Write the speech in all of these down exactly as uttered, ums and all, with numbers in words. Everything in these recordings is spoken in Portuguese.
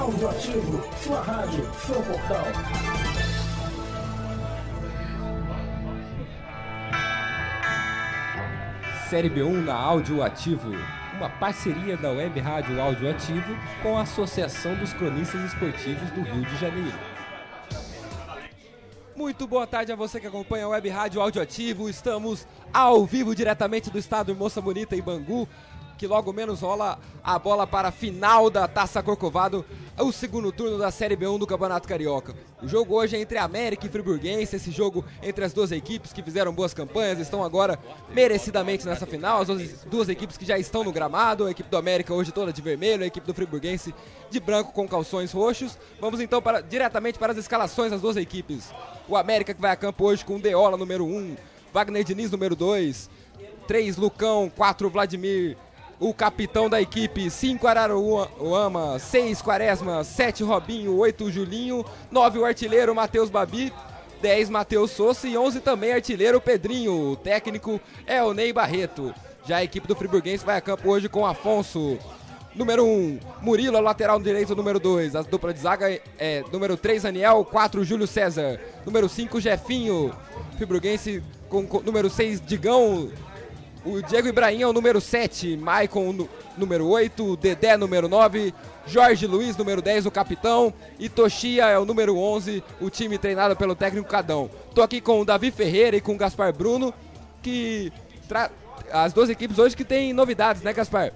Áudio Ativo, sua rádio, seu portal. Série B um na Áudio Ativo, uma parceria da Web Rádio Áudio Ativo com a Associação dos Cronistas Esportivos do Rio de Janeiro. Muito boa tarde a você que acompanha a Web Rádio Áudio Ativo. Estamos ao vivo diretamente do estádio Moça Bonita em Bangu, que logo menos rola a bola para a final da Taça Corcovado, o segundo turno da Série B um do Campeonato Carioca. O jogo hoje é entre América e Friburguense, esse jogo entre as duas equipes que fizeram boas campanhas, estão agora merecidamente nessa final, as duas, duas equipes que já estão no gramado, a equipe do América hoje toda de vermelho, a equipe do Friburguense de branco com calções roxos. Vamos então para, diretamente para as escalações das duas equipes. O América que vai a campo hoje com Deola, número um, Wagner Diniz, número dois, três Lucão, quatro Vladimir, o capitão da equipe, cinco Araruama, seis Quaresma, sete Robinho, oito Julinho, nove o artilheiro Matheus Babi, dez Matheus Souza e onze também artilheiro Pedrinho. O técnico é o Ney Barreto. Já a equipe do Friburguense vai a campo hoje com Afonso, número um, Murilo, lateral direito, número dois. A dupla de zaga é número três, Aniel, quatro, Júlio César, número cinco, Jefinho. Friburguense com, com número seis, Digão. O Diego Ibrahim é o número sete, Maicon número oito, Dedé número nove, Jorge Luiz número dez, o capitão, e Toshia é o número onze, o time treinado pelo técnico Cadão. Tô aqui com o Davi Ferreira e com o Gaspar Bruno, que tra... as duas equipes hoje que tem novidades, né, Gaspar?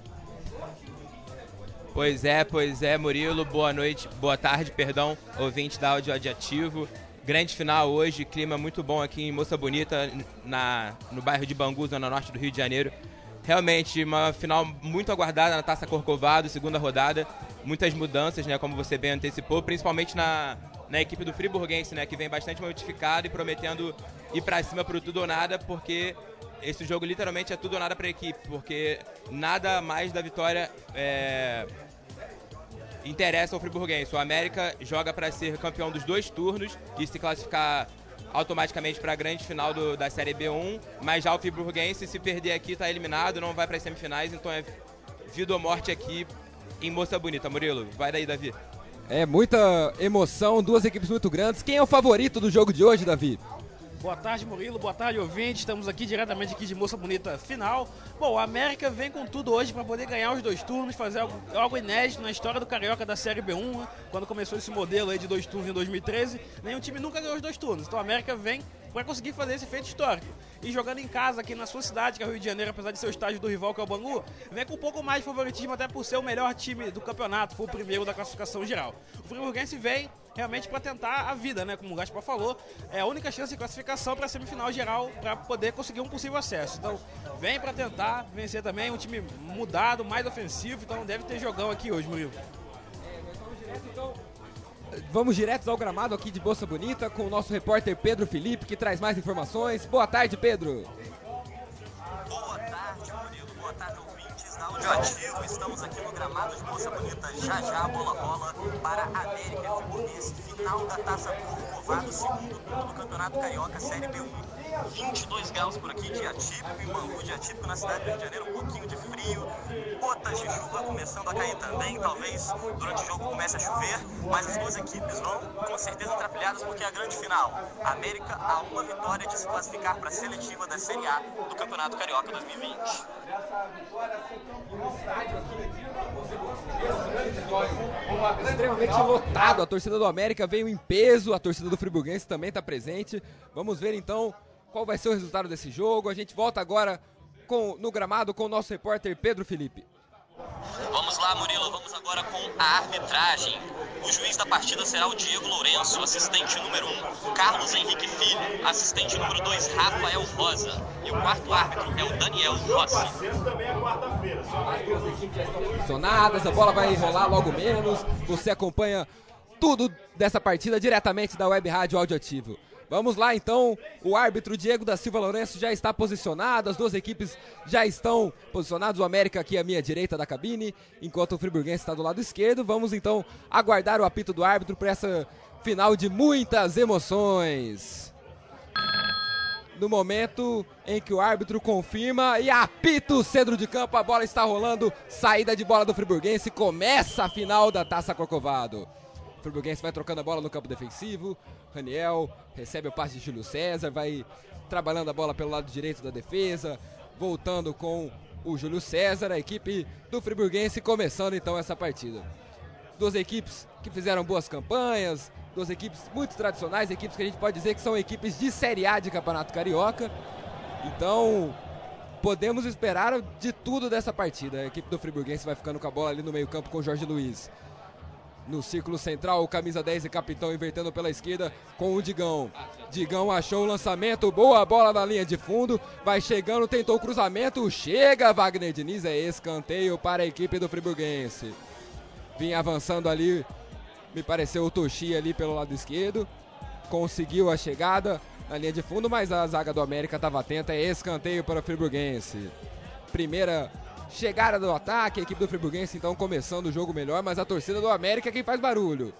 Pois é, pois é, Murilo, boa noite, boa tarde, perdão, ouvinte da Áudio Ativo. Grande final hoje, clima muito bom aqui em Moça Bonita, na, no bairro de Bangu, zona norte do Rio de Janeiro. Realmente uma final muito aguardada na Taça Corcovado, segunda rodada. Muitas mudanças, né, como você bem antecipou, principalmente na, na equipe do Friburguense, né, que vem bastante modificado e prometendo ir pra cima pro tudo ou nada, porque esse jogo literalmente é tudo ou nada pra equipe, porque nada mais da vitória é... interessa ao Friburguense. O América joga para ser campeão dos dois turnos e se classificar automaticamente para a grande final do, da Série B um, mas já o Friburguense, se perder aqui, está eliminado, não vai para as semifinais, então é vida ou morte aqui em Moça Bonita. Murilo, vai daí, Davi. É muita emoção, duas equipes muito grandes. Quem é o favorito do jogo de hoje, Davi? Boa tarde, Murilo. Boa tarde, ouvinte. Estamos aqui diretamente aqui de Moça Bonita final. Bom, a América vem com tudo hoje para poder ganhar os dois turnos, fazer algo, algo inédito na história do Carioca da Série B um. Quando começou esse modelo aí de dois turnos em dois mil e treze, nenhum time nunca ganhou os dois turnos. Então a América vem para conseguir fazer esse feito histórico. E jogando em casa aqui na sua cidade, que é o Rio de Janeiro, apesar de ser o estádio do rival, que é o Bangu, vem com um pouco mais de favoritismo, até por ser o melhor time do campeonato, foi o primeiro da classificação geral. O Friburguense vem realmente para tentar a vida, né? Como o Gaspar falou, é a única chance de classificação para a semifinal geral, para poder conseguir um possível acesso. Então, vem para tentar vencer também, um time mudado, mais ofensivo, então deve ter jogão aqui hoje, Murilo. Vamos direto ao gramado aqui de Moça Bonita com o nosso repórter Pedro Felipe, que traz mais informações. Boa tarde, Pedro. Boa tarde, Murilo. Boa tarde, ouvintes da Áudio Ativo. Estamos aqui no gramado de Moça Bonita. Já já a bola rola para a América e Friburguense, final da Taça Corcovado, segundo turno do Campeonato Carioca Série B um. vinte e dois graus por aqui, dia típico, em Bangu, dia típico na cidade do Rio de Janeiro, um pouquinho de frio, gotas de chuva começando a cair também, talvez durante o jogo comece a chover, mas as duas equipes vão com certeza trapilhadas porque é a grande final. A América a uma vitória de se classificar para a seletiva da Série A do Campeonato Carioca dois mil e vinte. Extremamente lotado, a torcida do América veio em peso, a torcida do Friburguense também está presente. Vamos ver então qual vai ser o resultado desse jogo. A gente volta agora com, no gramado com o nosso repórter Pedro Felipe. Vamos lá, Murilo, vamos agora com a arbitragem. O juiz da partida será o Diego Lourenço, assistente número um, Carlos Henrique Filho, assistente número dois, Rafael Rosa, e o quarto árbitro é o Daniel Rossi. Posicionadas, a bola vai rolar logo menos. Você acompanha tudo dessa partida diretamente da Web Rádio Áudio Ativo. Vamos lá então, o árbitro Diego da Silva Lourenço já está posicionado, as duas equipes já estão posicionadas, o América aqui à minha direita da cabine, enquanto o Friburguense está do lado esquerdo. Vamos então aguardar o apito do árbitro para essa final de muitas emoções. no momento em que o árbitro confirma e apita o centro de campo, a bola está rolando, saída de bola do Friburguense, começa a final da Taça Corcovado. O Friburguense vai trocando a bola no campo defensivo, Raniel recebe o passe de Júlio César, vai trabalhando a bola pelo lado direito da defesa, voltando com o Júlio César, a equipe do Friburguense começando então essa partida. Duas equipes que fizeram boas campanhas, duas equipes muito tradicionais, equipes que a gente pode dizer que são equipes de Série A de Campeonato Carioca. Então, podemos esperar de tudo dessa partida. A equipe do Friburguense vai ficando com a bola ali no meio campo com o Jorge Luiz. No círculo central, o camisa dez e capitão invertendo pela esquerda com o Digão. Digão achou o lançamento, boa bola na linha de fundo, vai chegando, tentou o cruzamento, chega Wagner Diniz, é escanteio para a equipe do Friburguense. Vinha avançando ali, me pareceu o Toshi ali pelo lado esquerdo, conseguiu a chegada na linha de fundo, mas a zaga do América estava atenta, é escanteio para o Friburguense. Primeira chegada do ataque, a equipe do Friburguense então começando o jogo melhor, mas a torcida do América é quem faz barulho.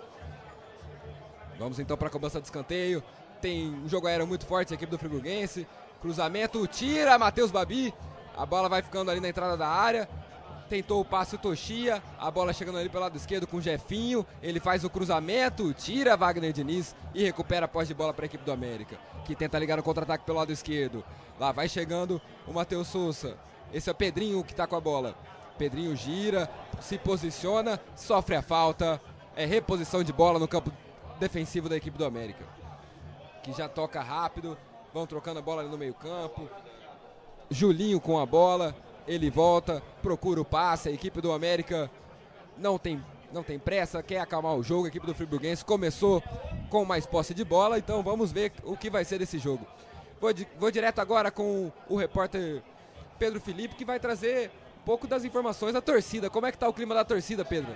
Vamos então para a cobrança de escanteio, tem um jogo aéreo muito forte a equipe do Friburguense, cruzamento, tira Matheus Babi, a bola vai ficando ali na entrada da área, tentou o passe o Toshia, a bola chegando ali pelo lado esquerdo com o Jefinho, ele faz o cruzamento, tira Wagner Diniz e recupera a posse de bola para a equipe do América, que tenta ligar no contra-ataque pelo lado esquerdo. Lá vai chegando o Matheus Souza, esse é o Pedrinho que está com a bola. Pedrinho gira, se posiciona, sofre a falta, é reposição de bola no campo defensivo da equipe do América, que já toca rápido, vão trocando a bola ali no meio campo, Julinho com a bola, ele volta, procura o passe, a equipe do América não tem, não tem pressa, quer acalmar o jogo, a equipe do Friburguense começou com mais posse de bola, então vamos ver o que vai ser desse jogo. Vou, di- vou direto agora com o repórter Pedro Felipe, que vai trazer um pouco das informações da torcida. Como é que tá o clima da torcida, Pedro?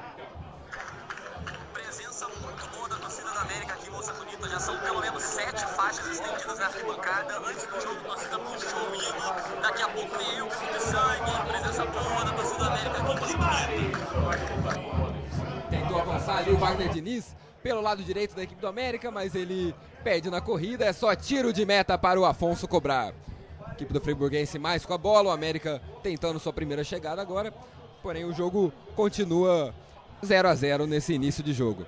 Presença muito boa da torcida da América aqui em Moça Bonita. Já são pelo menos sete faixas estendidas na arquibancada. Antes do jogo, a torcida puxou o hino. Daqui a pouco tem eu, de sangue. Presença boa da torcida da América aqui em Moça Bonita. Tentou avançar ali o Wagner Diniz pelo lado direito da equipe do América, mas ele perde na corrida. É só tiro de meta para o Afonso cobrar. A equipe do Friburguense mais com a bola, o América tentando sua primeira chegada agora, porém o jogo continua zero a zero nesse início de jogo.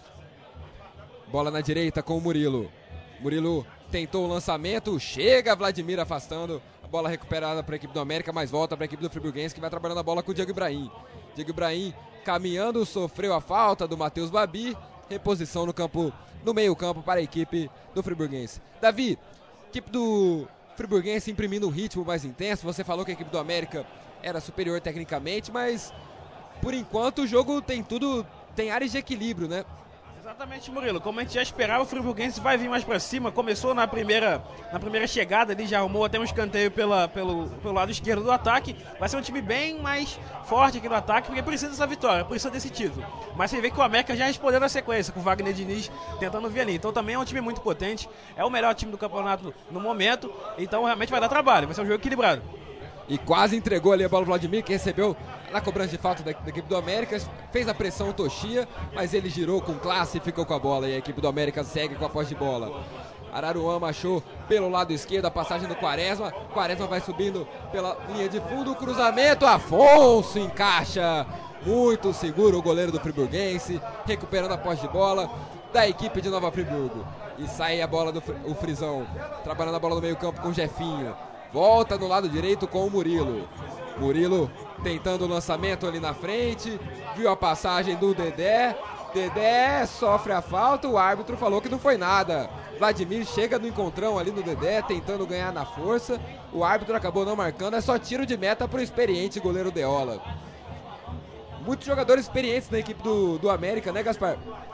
Bola na direita com o Murilo. Murilo tentou o lançamento, chega Vladimir afastando, a bola recuperada para a equipe do América, mas volta para a equipe do Friburguense, que vai trabalhando a bola com o Diego Ibrahim. Diego Ibrahim caminhando, sofreu a falta do Matheus Babi, reposição no campo, no meio campo para a equipe do Friburguense. Davi, equipe do Friburguense imprimindo um ritmo mais intenso, você falou que a equipe do América era superior tecnicamente, mas por enquanto o jogo tem tudo, tem áreas de equilíbrio, né? Exatamente, Murilo. Como a gente já esperava, o Friburguense vai vir mais pra cima. Começou na primeira, na primeira chegada ali, já arrumou até um escanteio pela, pelo, pelo lado esquerdo do ataque. Vai ser um time bem mais forte aqui no ataque, porque precisa dessa vitória, precisa desse título. Mas você vê que o América já respondeu na sequência, com o Wagner Diniz tentando vir ali. Então também é um time muito potente, é o melhor time do campeonato no momento, então realmente vai dar trabalho, vai ser um jogo equilibrado. E quase entregou ali a bola ao Vladimir, que recebeu na cobrança de falta da, da equipe do América, fez a pressão o Toshia, mas ele girou com classe e ficou com a bola, e a equipe do América segue com a posse de bola. Araruama achou pelo lado esquerdo a passagem do Quaresma, Quaresma vai subindo pela linha de fundo, cruzamento, Afonso encaixa, muito seguro o goleiro do Friburguense, recuperando a posse de bola da equipe de Nova Friburgo. E sai a bola do o Frisão, trabalhando a bola no meio campo com o Jefinho. Volta no lado direito com o Murilo. Murilo tentando o lançamento ali na frente. Viu a passagem do Dedé. Dedé sofre a falta. O árbitro falou que não foi nada. Vladimir chega no encontrão ali no Dedé, tentando ganhar na força. O árbitro acabou não marcando. É só tiro de meta para o experiente goleiro Deola. Muitos jogadores experientes na equipe do, do América, né, Gaspar?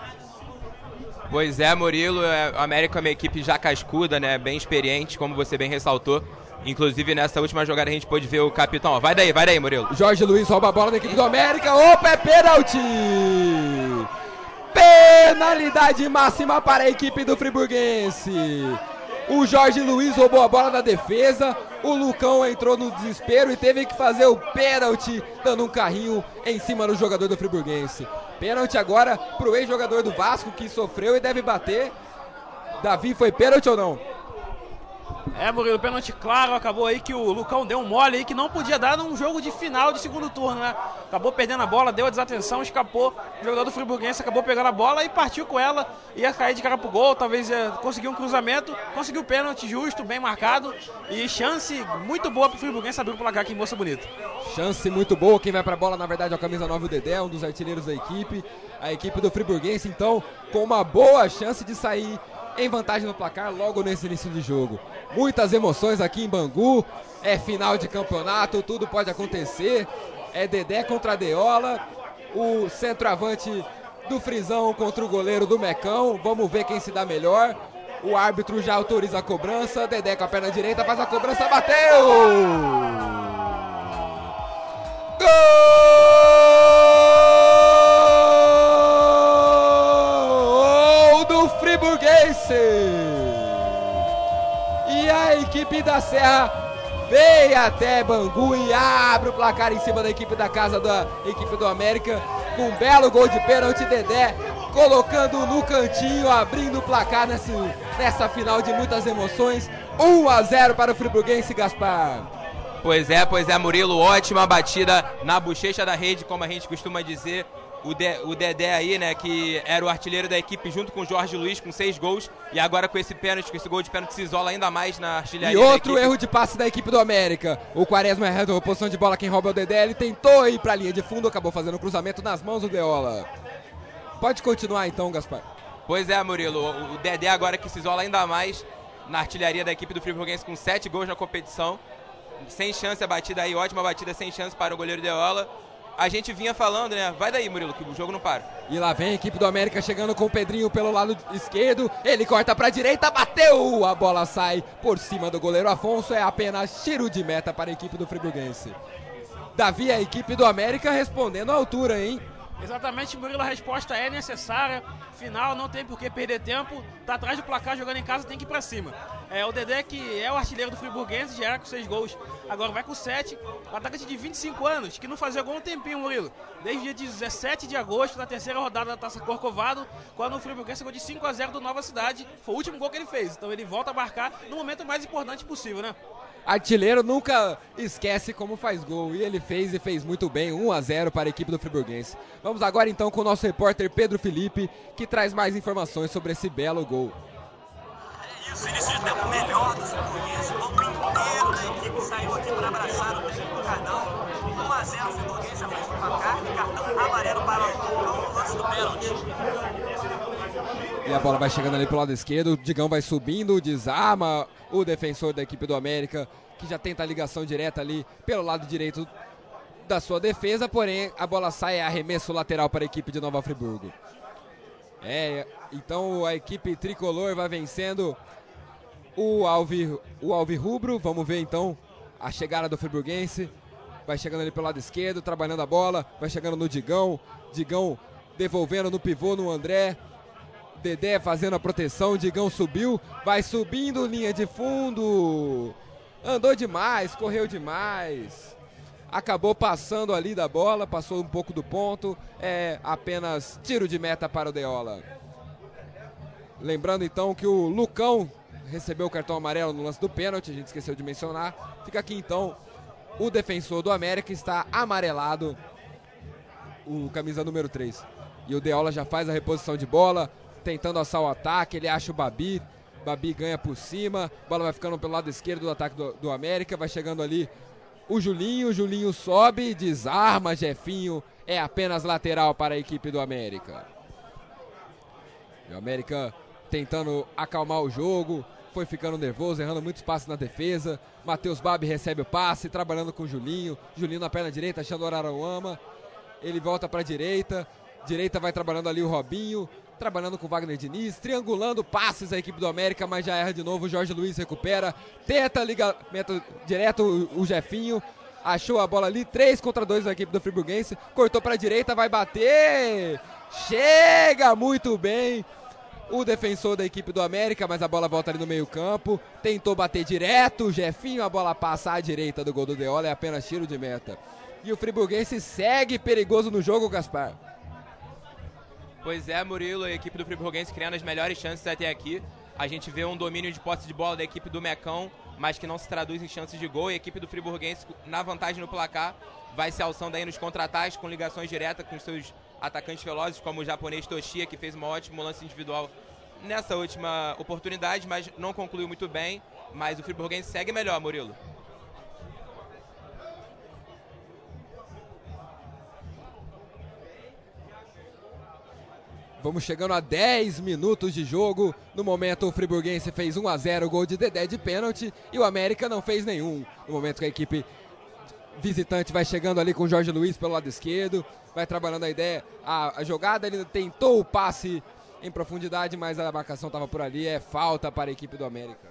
Pois é, Murilo. É, o América é uma equipe já cascuda, né? Bem experiente, como você bem ressaltou. Inclusive, nessa última jogada a gente pôde ver o capitão. Vai daí, vai daí, Murilo. Jorge Luiz rouba a bola da equipe do América. Opa, é pênalti! Penalidade máxima para a equipe do Friburguense. O Jorge Luiz roubou a bola da defesa. O Lucão entrou no desespero e teve que fazer o pênalti, dando um carrinho em cima do jogador do Friburguense. Pênalti agora para o ex-jogador do Vasco, que sofreu e deve bater. Davi, foi pênalti ou não? É, Murilo, pênalti claro, acabou aí que o Lucão deu um mole aí que não podia dar num jogo de final de segundo turno, né? Acabou perdendo a bola, deu a desatenção, escapou, o jogador do Friburguense acabou pegando a bola e partiu com ela, ia cair de cara pro gol, talvez ia conseguir um cruzamento, conseguiu pênalti justo, bem marcado e chance muito boa pro Friburguense abrir o placar aqui em Moça Bonita. Chance muito boa, quem vai pra bola na verdade é o camisa nove, o Dedé, um dos artilheiros da equipe, a equipe do Friburguense então com uma boa chance de sair em vantagem no placar logo nesse início de jogo. Muitas emoções aqui em Bangu, é final de campeonato, tudo pode acontecer, é Dedé contra a Deola, o centroavante do Frisão contra o goleiro do Mecão, vamos ver quem se dá melhor, o árbitro já autoriza a cobrança, Dedé com a perna direita faz a cobrança, bateu! Gol do Friburguense! E a equipe da Serra vem até Bangu e abre o placar em cima da equipe da casa da equipe do América, com um belo gol de pênalti, Dedé colocando no cantinho, abrindo o placar nessa, nessa final de muitas emoções, um a zero para o Friburguense, Gaspar. Pois é, pois é, Murilo, ótima batida na bochecha da rede, como a gente costuma dizer. O, de, o Dedé aí, né, que era o artilheiro da equipe junto com o Jorge Luiz, com seis gols. E agora com esse pênalti, com esse gol de pênalti, se isola ainda mais na artilharia. E outro erro de passe da equipe do América. O Quaresma errando a posição de bola, quem rouba é o Dedé. Ele tentou ir pra linha de fundo, acabou fazendo um cruzamento nas mãos do Deola. Pode continuar então, Gaspar. Pois é, Murilo, o Dedé agora que se isola ainda mais na artilharia da equipe do Friburguense, com sete gols na competição. Sem chance a batida aí, ótima batida, sem chance para o goleiro Deola. A gente vinha falando, né? Vai daí, Murilo, que o jogo não para. E lá vem a equipe do América chegando com o Pedrinho pelo lado esquerdo. Ele corta pra direita, bateu! A bola sai por cima do goleiro Afonso. É apenas tiro de meta para a equipe do Friburguense. Davi, a equipe do América respondendo à altura, hein? Exatamente, Murilo, a resposta é necessária. Final, não tem por que perder tempo. Tá atrás do placar, jogando em casa, tem que ir pra cima. É, o Dedé, que é o artilheiro do Friburguense, já era com seis gols. Agora vai com sete. O atacante de vinte e cinco anos, que não fazia gol um tempinho, Murilo. Desde o dia dezessete de agosto, na terceira rodada da Taça Corcovado, quando o Friburguense chegou de cinco a zero do Nova Cidade. Foi o último gol que ele fez. Então ele volta a marcar no momento mais importante possível, né? Artilheiro nunca esquece como faz gol, e ele fez e fez muito bem, um a zero para a equipe do Friburguense. Vamos agora então com o nosso repórter Pedro Felipe, que traz mais informações sobre esse belo gol. É isso, início de tempo melhor do Friburguense, o banco inteiro da equipe saiu aqui para abraçar o time do Cardão. um a zero Friburguense à frente do placar, cartão amarelo para o Lucão no lance do pênalti. E a bola vai chegando ali pro lado esquerdo, o Digão vai subindo, desarma o defensor da equipe do América, que já tenta a ligação direta ali pelo lado direito da sua defesa, porém a bola sai, é arremesso lateral para a equipe de Nova Friburgo. É, então a equipe tricolor vai vencendo o, Alvi, o Alvirrubro. Vamos ver então a chegada do Friburguense, vai chegando ali pelo lado esquerdo, trabalhando a bola, vai chegando no Digão, Digão devolvendo no pivô no André, Dedé fazendo a proteção, Digão subiu, vai subindo, linha de fundo, andou demais, correu demais, acabou passando ali da bola, passou um pouco do ponto, é apenas tiro de meta para o Deola. Lembrando então que o Lucão recebeu o cartão amarelo no lance do pênalti, a gente esqueceu de mencionar, fica aqui então o defensor do América está amarelado, o camisa número três, e o Deola já faz a reposição de bola, tentando alçar o ataque, ele acha o Babi, Babi ganha por cima, bola vai ficando pelo lado esquerdo do ataque do, do América, vai chegando ali o Julinho, o Julinho sobe, desarma, Jefinho, é apenas lateral para a equipe do América. E o América tentando acalmar o jogo, foi ficando nervoso, errando muitos passes na defesa, Matheus Babi recebe o passe, trabalhando com o Julinho, Julinho na perna direita, achando o Araruama, ele volta para a direita, direita vai trabalhando ali o Robinho, trabalhando com o Wagner Diniz, triangulando passes a equipe do América, mas já erra de novo, o Jorge Luiz recupera, tenta ligamento direto o Jefinho, achou a bola ali, três contra dois da equipe do Friburguense, cortou para a direita, vai bater, chega muito bem o defensor da equipe do América, mas a bola volta ali no meio campo, tentou bater direto, o Jefinho, a bola passa à direita do gol do Deola, é apenas tiro de meta. E o Friburguense segue perigoso no jogo, Gaspar. Pois é, Murilo, a equipe do Friburguense criando as melhores chances até aqui. A gente vê um domínio de posse de bola da equipe do Mecão mas que não se traduz em chances de gol. E a equipe do Friburguense, na vantagem no placar, vai se alçando aí nos contra-ataques, com ligações diretas com seus atacantes velozes, como o japonês Toshiya, que fez um ótimo lance individual nessa última oportunidade, mas não concluiu muito bem. Mas o Friburguense segue melhor, Murilo. Vamos chegando a dez minutos de jogo. No momento, o Friburguense fez um a zero, gol de Dedé de pênalti, e o América não fez nenhum. No momento que a equipe visitante vai chegando ali com o Jorge Luiz pelo lado esquerdo, vai trabalhando a ideia, a, a jogada, ele tentou o passe em profundidade, mas a marcação estava por ali, é falta para a equipe do América.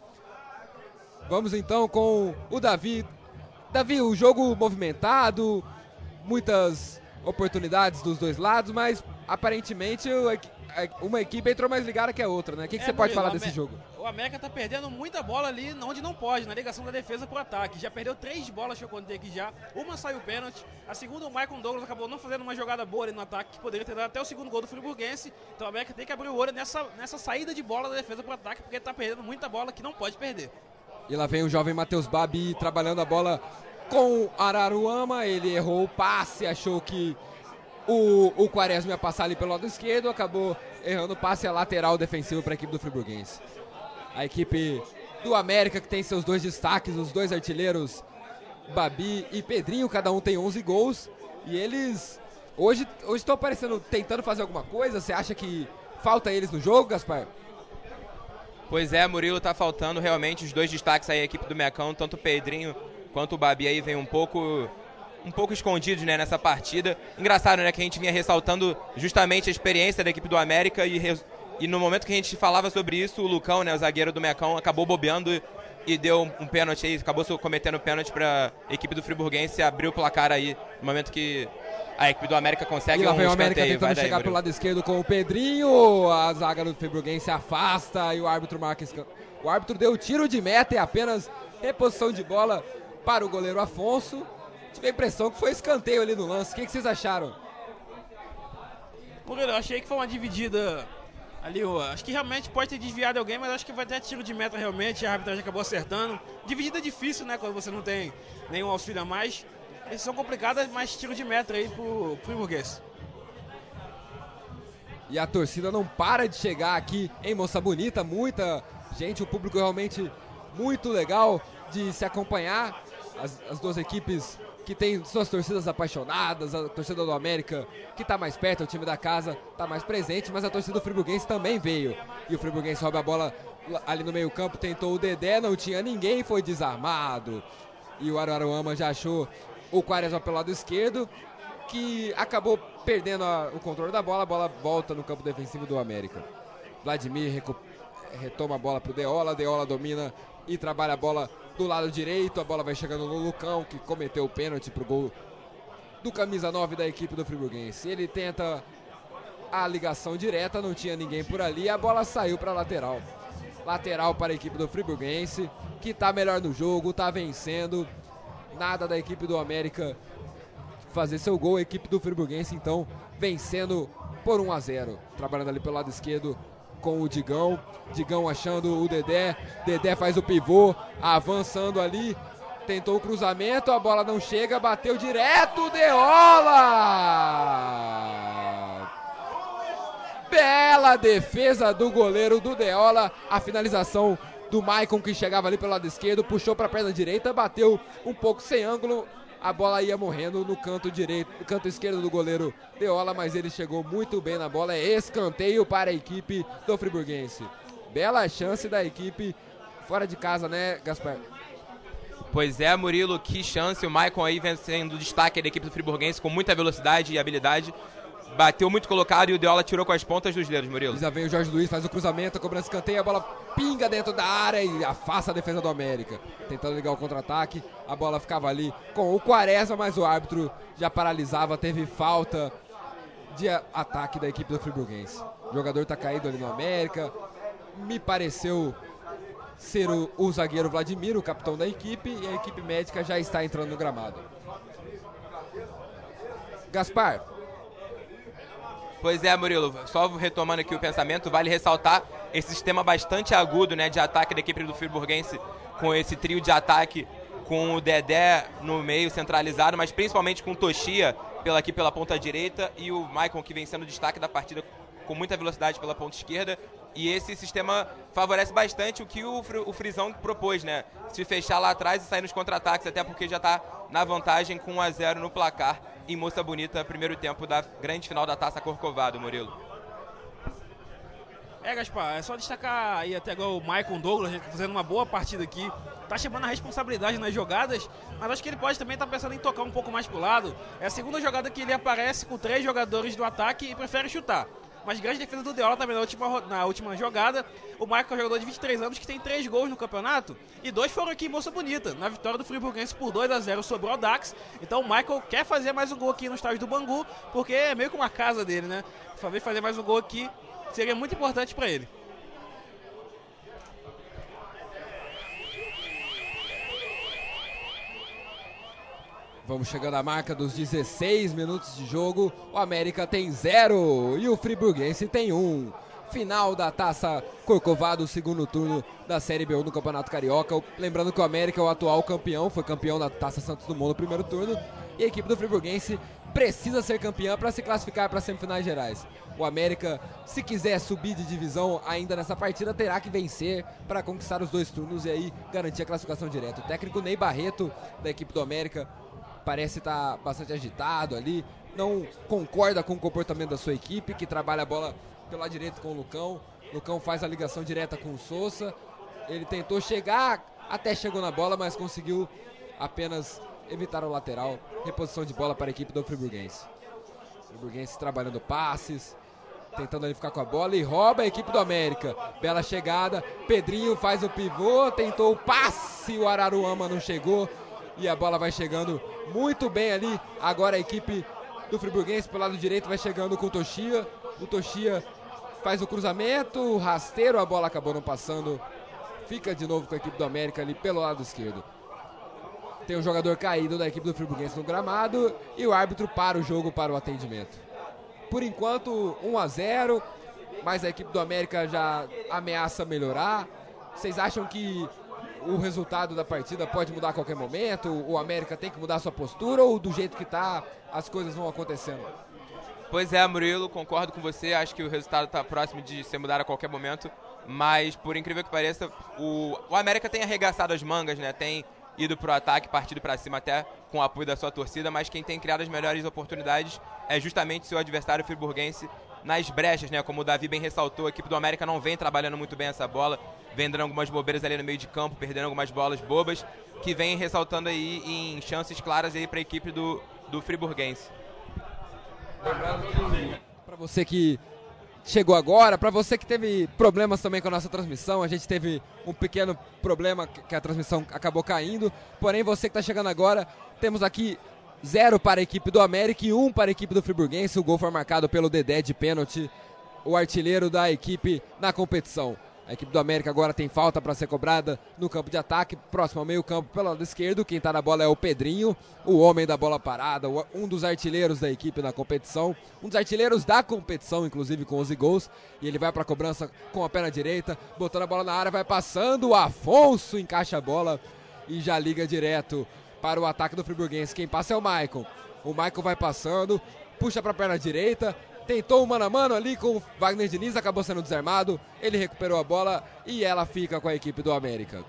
Vamos então com o Davi. Davi, o jogo movimentado, muitas oportunidades dos dois lados, mas aparentemente uma equipe entrou mais ligada que a outra, né? O que, que é, você pode Murilo, falar desse jogo? O América tá perdendo muita bola ali onde não pode, na ligação da defesa pro ataque. Já perdeu três bolas que eu contei aqui já. Uma saiu pênalti, a segunda o Maicon Douglas acabou não fazendo uma jogada boa ali no ataque, que poderia ter dado até o segundo gol do Friburguense. Então o América tem que abrir o olho nessa, nessa saída de bola da defesa pro ataque, porque tá perdendo muita bola que não pode perder. E lá vem o jovem Matheus Babi trabalhando a bola com Araruama. Ele errou o passe, achou que o, o Quaresma ia passar ali pelo lado esquerdo, acabou errando o passe a lateral defensivo para a equipe do Friburguense. A equipe do América, que tem seus dois destaques, os dois artilheiros, Babi e Pedrinho, cada um tem onze gols. E eles hoje, hoje estão aparecendo, tentando fazer alguma coisa. Você acha que falta eles no jogo, Gaspar? Pois é, Murilo, tá faltando realmente os dois destaques aí, a equipe do Mecão, tanto o Pedrinho quanto o Babi aí vem um pouco, um pouco escondidos, né, nessa partida. Engraçado, né, que a gente vinha ressaltando justamente a experiência da equipe do América e, e no momento que a gente falava sobre isso, o Lucão, né, o zagueiro do Mecão, acabou bobeando e deu um, um pênalti aí, acabou cometendo pênalti para a equipe do Friburguense abrir o placar aí, no momento que a equipe do América consegue e lá um vem o América escanteio. tentando Vai chegar daí, pelo lado esquerdo com o Pedrinho. A zaga do Friburguense afasta e o árbitro marca escan... O árbitro deu tiro de meta e apenas reposição de bola para o goleiro Afonso. Tive a impressão que foi escanteio ali no lance. O que, que vocês acharam? Murilo, eu achei que foi uma dividida ali, ó, acho que realmente pode ter desviado alguém, mas acho que vai ter tiro de meta realmente, a arbitragem acabou acertando. Dividida é difícil, né, quando você não tem nenhum auxílio a mais. Decisão complicada, mas tiro de meta aí pro Friburguense. E a torcida não para de chegar aqui em Moça Bonita, muita gente, o público realmente muito legal de se acompanhar. As, as duas equipes que têm suas torcidas apaixonadas, a torcida do América que está mais perto, o time da casa está mais presente, mas a torcida do Friburguense também veio. E o Friburguense rouba a bola ali no meio campo, tentou o Dedé, não tinha ninguém, foi desarmado. E o Araruama já achou o Quaresma pelo lado esquerdo, que acabou perdendo a, o controle da bola, a bola volta no campo defensivo do América. Vladimir recu- retoma a bola pro Deola, Deola domina e trabalha a bola do lado direito, a bola vai chegando no Lucão, que cometeu o pênalti pro gol do camisa nove da equipe do Friburguense. Ele tenta a ligação direta, não tinha ninguém por ali, a bola saiu para lateral. Lateral para a equipe do Friburguense, que está melhor no jogo, está vencendo. Nada da equipe do América fazer seu gol, a equipe do Friburguense então vencendo por um a zero. Trabalhando ali pelo lado esquerdo com o Digão, Digão achando o Dedé, Dedé faz o pivô, avançando ali, tentou o cruzamento, a bola não chega, bateu direto, Deola! Bela defesa do goleiro do Deola, a finalização do Maicon, que chegava ali pelo lado esquerdo, puxou para a perna direita, bateu um pouco sem ângulo, a bola ia morrendo no canto direito, no canto esquerdo do goleiro Deola, mas ele chegou muito bem na bola, é escanteio para a equipe do Friburguense. Bela chance da equipe fora de casa, né, Gaspar? Pois é, Murilo, que chance, o Maicon aí vem sendo destaque da equipe do Friburguense com muita velocidade e habilidade. Bateu muito colocado e o Deola tirou com as pontas dos dedos, Murilo. Já vem o Jorge Luiz, faz o cruzamento, a cobrança de escanteio, a bola pinga dentro da área e afasta a defesa do América. Tentando ligar o contra-ataque, a bola ficava ali com o Quaresma, mas o árbitro já paralisava, teve falta de ataque da equipe do Friburguense. O jogador tá caído ali no América, me pareceu ser o, o zagueiro Vladimir, o capitão da equipe, e a equipe médica já está entrando no gramado. Gaspar. Pois é, Murilo, só retomando aqui o pensamento, vale ressaltar esse sistema bastante agudo, né, de ataque da equipe do Friburguense, com esse trio de ataque, com o Dedé no meio centralizado, mas principalmente com o Toshia pela, aqui pela ponta direita e o Maicon, que vem sendo o destaque da partida com muita velocidade pela ponta esquerda. E esse sistema favorece bastante o que o, o Frisão propôs, né? Se fechar lá atrás e sair nos contra-ataques, até porque já está na vantagem com um a zero no placar em Moça Bonita, primeiro tempo da grande final da Taça Corcovado, Murilo. É, Gaspar, é só destacar aí até agora o Maicon Douglas, fazendo uma boa partida aqui. Tá chamando a responsabilidade nas jogadas, mas acho que ele pode também estar tá pensando em tocar um pouco mais pro lado. É a segunda jogada que ele aparece com três jogadores do ataque e prefere chutar. Mas grande defesa do Deola também na última, na última jogada. O Maicon é um jogador de vinte e três anos que tem três gols no campeonato. E dois foram aqui em Moça Bonita, na vitória do Friburguense por dois a zero sobre o Audax. Então o Maicon quer fazer mais um gol aqui no estádio do Bangu, porque é meio que uma casa dele, né? Talvez fazer mais um gol aqui seria muito importante para ele. Vamos chegando à marca dos dezesseis minutos de jogo. O América tem zero e o Friburguense tem um. Final da Taça Corcovado, segundo turno da Série B um do Campeonato Carioca. Lembrando que o América é o atual campeão, foi campeão da Taça Santos Dumont no primeiro turno. E a equipe do Friburguense precisa ser campeã para se classificar para as semifinais gerais. O América, se quiser subir de divisão ainda nessa partida, terá que vencer para conquistar os dois turnos e aí garantir a classificação direta. O técnico Ney Barreto, da equipe do América, parece estar bastante agitado ali, não concorda com o comportamento da sua equipe, que trabalha a bola pelo lado direito com o Lucão. Lucão faz a ligação direta com o Sousa. Ele tentou chegar, até chegou na bola, mas conseguiu apenas evitar o lateral. Reposição de bola para a equipe do Friburguense. Friburguense trabalhando passes, tentando ali ficar com a bola e rouba a equipe do América. Bela chegada, Pedrinho faz o pivô, tentou o passe, o Araruama não chegou. E a bola vai chegando muito bem ali. Agora a equipe do Friburguense pelo lado direito vai chegando com o Toshia. O Toshia faz o cruzamento, rasteiro, a bola acabou não passando. Fica de novo com a equipe do América ali pelo lado esquerdo. Tem um jogador caído da equipe do Friburguense no gramado e o árbitro para o jogo para o atendimento. Por enquanto, um a zero, mas a equipe do América já ameaça melhorar. Vocês acham que o resultado da partida pode mudar a qualquer momento? O América tem que mudar sua postura ou do jeito que está as coisas vão acontecendo? Pois é, Murilo, concordo com você. Acho que o resultado está próximo de ser mudado a qualquer momento. Mas, por incrível que pareça, o, o América tem arregaçado as mangas, né? Tem ido pro ataque, partido para cima até com o apoio da sua torcida. Mas quem tem criado as melhores oportunidades é justamente seu adversário friburguense nas brechas, né? Como o Davi bem ressaltou, a equipe do América não vem trabalhando muito bem essa bola, vem dando algumas bobeiras ali no meio de campo, perdendo algumas bolas bobas, que vem ressaltando aí em chances claras aí para a equipe do, do friburguense. Para você que chegou agora, para você que teve problemas também com a nossa transmissão, a gente teve um pequeno problema que a transmissão acabou caindo, porém você que está chegando agora, temos aqui zero para a equipe do América e um para a equipe do Friburguense. O gol foi marcado pelo Dedé de pênalti, o artilheiro da equipe na competição. A equipe do América agora tem falta para ser cobrada no campo de ataque, próximo ao meio campo pelo lado esquerdo. Quem está na bola é o Pedrinho, o homem da bola parada, um dos artilheiros da equipe na competição, um dos artilheiros da competição, inclusive com onze gols. E ele vai para a cobrança com a perna direita, botando a bola na área, vai passando, o Afonso encaixa a bola e já liga direto para o ataque do Friburguense. Quem passa é o Maicon. O Maicon vai passando, puxa para a perna direita, tentou um mano a mano ali com o Wagner Diniz, acabou sendo desarmado, ele recuperou a bola e ela fica com a equipe do América.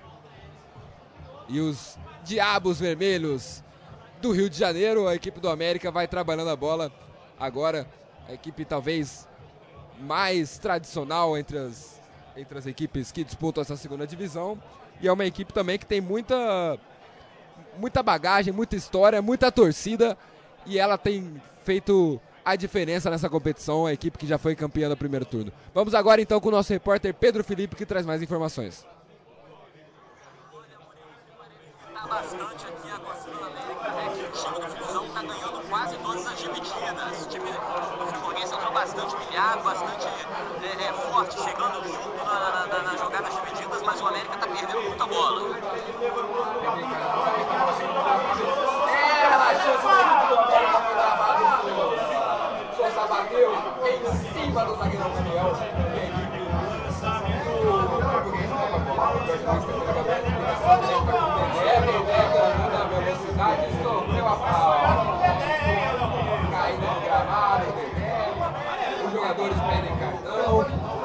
E os Diabos Vermelhos do Rio de Janeiro, a equipe do América vai trabalhando a bola. Agora, a equipe talvez mais tradicional entre as, entre as equipes que disputam essa segunda divisão. E é uma equipe também que tem muita, muita bagagem, muita história, muita torcida. E ela tem feito a diferença nessa competição, a equipe que já foi campeã do primeiro turno. Vamos agora então com o nosso repórter Pedro Felipe, que traz mais informações. Tá bastante aqui a torcida do América, né? Que o time do Frisão tá ganhando quase todas as divididas. O time do Friburguense entrou bastante pilhado, bastante é, é, forte, chegando junto na, na, nas jogadas divididas, mas o América tá perdendo muita bola. Sousa bateu em cima do zagueiro Daniel e a equipe do Friburguense com a bola. velocidade, sofreu a falta. Caindo no gramado, Dedé. Os jogadores pedem cartão.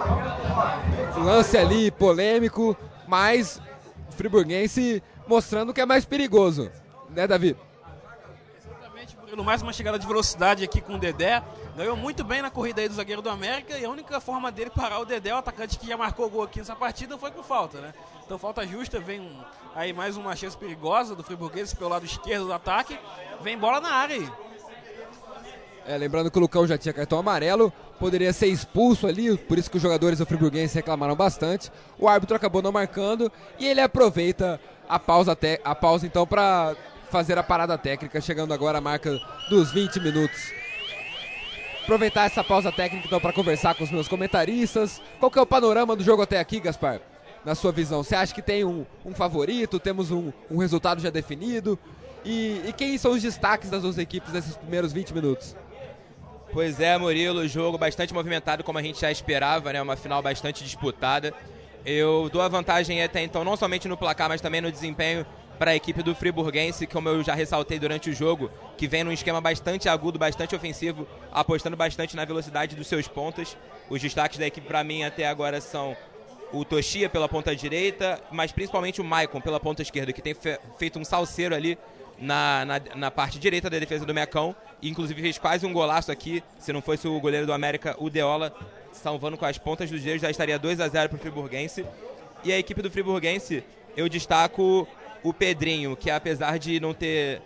Lance ali polêmico, mas o friburguense mostrando que é mais perigoso, né, Davi? Exatamente, Murilo. Mais uma chegada de velocidade aqui com o Dedé. Ganhou muito bem na corrida aí do zagueiro do América e a única forma dele parar o Dedé, o atacante que já marcou gol aqui nessa partida, foi com falta, né? Então falta justa, vem um, aí mais uma chance perigosa do friburguense pelo lado esquerdo do ataque. Vem bola na área aí. É, lembrando que o Lucão já tinha cartão amarelo, poderia ser expulso ali, por isso que os jogadores do friburguense reclamaram bastante. O árbitro acabou não marcando e ele aproveita a pausa, te- a pausa então para fazer a parada técnica, chegando agora a marca dos vinte minutos. Aproveitar essa pausa técnica então para conversar com os meus comentaristas. Qual que é o panorama do jogo até aqui, Gaspar? Na sua visão, você acha que tem um, um favorito, temos um, um resultado já definido? E, e quem são os destaques das duas equipes nesses primeiros vinte minutos? Pois é, Murilo, jogo bastante movimentado, como a gente já esperava, né? Uma final bastante disputada. Eu dou a vantagem até então, não somente no placar, mas também no desempenho para a equipe do friburguense, como eu já ressaltei durante o jogo, que vem num esquema bastante agudo, bastante ofensivo, apostando bastante na velocidade dos seus pontas. Os destaques da equipe para mim até agora são o Toshia pela ponta direita, mas principalmente o Maicon pela ponta esquerda, que tem fe- feito um salseiro ali na, na, na parte direita da defesa do Mecão, e inclusive fez quase um golaço aqui, se não fosse o goleiro do América, o Deola, salvando com as pontas dos dedos, já estaria dois a zero para o friburguense. E a equipe do friburguense, eu destaco o Pedrinho, que apesar de não ter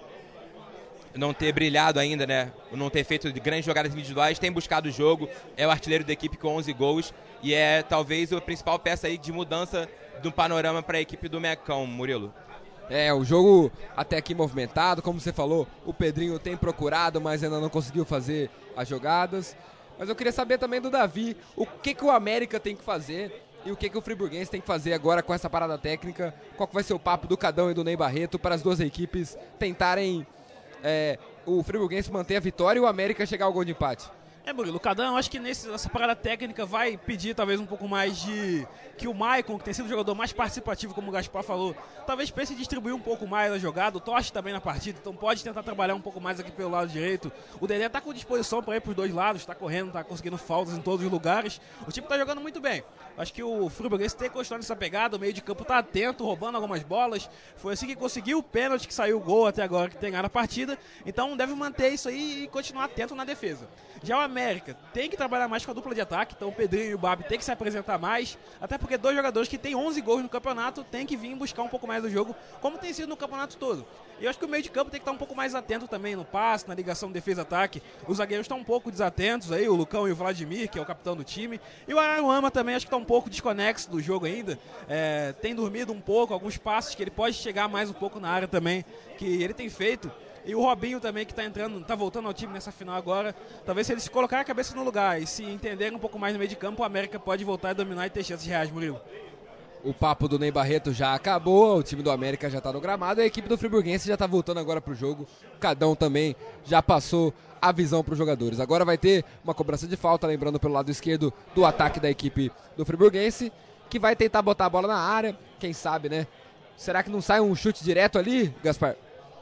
não ter brilhado ainda, né, não ter feito grandes jogadas individuais, tem buscado o jogo, é o artilheiro da equipe com onze gols e é talvez a principal peça aí de mudança do panorama para a equipe do Mecão, Murilo. É, o jogo até aqui movimentado, como você falou, o Pedrinho tem procurado, mas ainda não conseguiu fazer as jogadas. Mas eu queria saber também do Davi, o que, que o América tem que fazer e o que, que o friburguense tem que fazer agora com essa parada técnica. Qual que vai ser o papo do Cadão e do Ney Barreto para as duas equipes tentarem é, o friburguense manter a vitória e o América chegar ao gol de empate? É, Murilo, o Cadão, acho que nesse, nessa parada técnica vai pedir talvez um pouco mais de... que o Maicon, que tem sido o jogador mais participativo, como o Gaspar falou, talvez pense em distribuir um pouco mais a jogada. O Toshi também na partida, então pode tentar trabalhar um pouco mais aqui pelo lado direito. O Dedé tá com disposição para ir pros dois lados, tá correndo, tá conseguindo faltas em todos os lugares. O time tá jogando muito bem. Acho que o friburguense tem que continuar nessa pegada, o meio de campo tá atento, roubando algumas bolas. Foi assim que conseguiu o pênalti, que saiu o gol até agora, que tem ganhado a partida. Então deve manter isso aí e continuar atento na defesa. Já o América tem que trabalhar mais com a dupla de ataque, então o Pedrinho e o Babi tem que se apresentar mais, até porque dois jogadores que têm onze gols no campeonato tem que vir buscar um pouco mais do jogo, como tem sido no campeonato todo. E eu acho que o meio de campo tem que estar um pouco mais atento também no passe, na ligação defesa-ataque. Os zagueiros estão um pouco desatentos aí, o Lucão e o Vladimir, que é o capitão do time. E o Araruama também acho que está um pouco desconexo do jogo ainda, é, tem dormido um pouco, alguns passes que ele pode chegar mais um pouco na área também, que ele tem feito. E o Robinho também, que está entrando, está voltando ao time nessa final agora. Talvez se eles colocarem a cabeça no lugar e se entenderem um pouco mais no meio de campo, o América pode voltar a dominar e ter chances reais, Murilo. O papo do Ney Barreto já acabou, o time do América já está no gramado, a equipe do friburguense já está voltando agora pro jogo. O Cadão também já passou a visão para os jogadores. Agora vai ter uma cobrança de falta, lembrando pelo lado esquerdo do ataque da equipe do friburguense, que vai tentar botar a bola na área, quem sabe, né? Será que não sai um chute direto ali, Gaspar?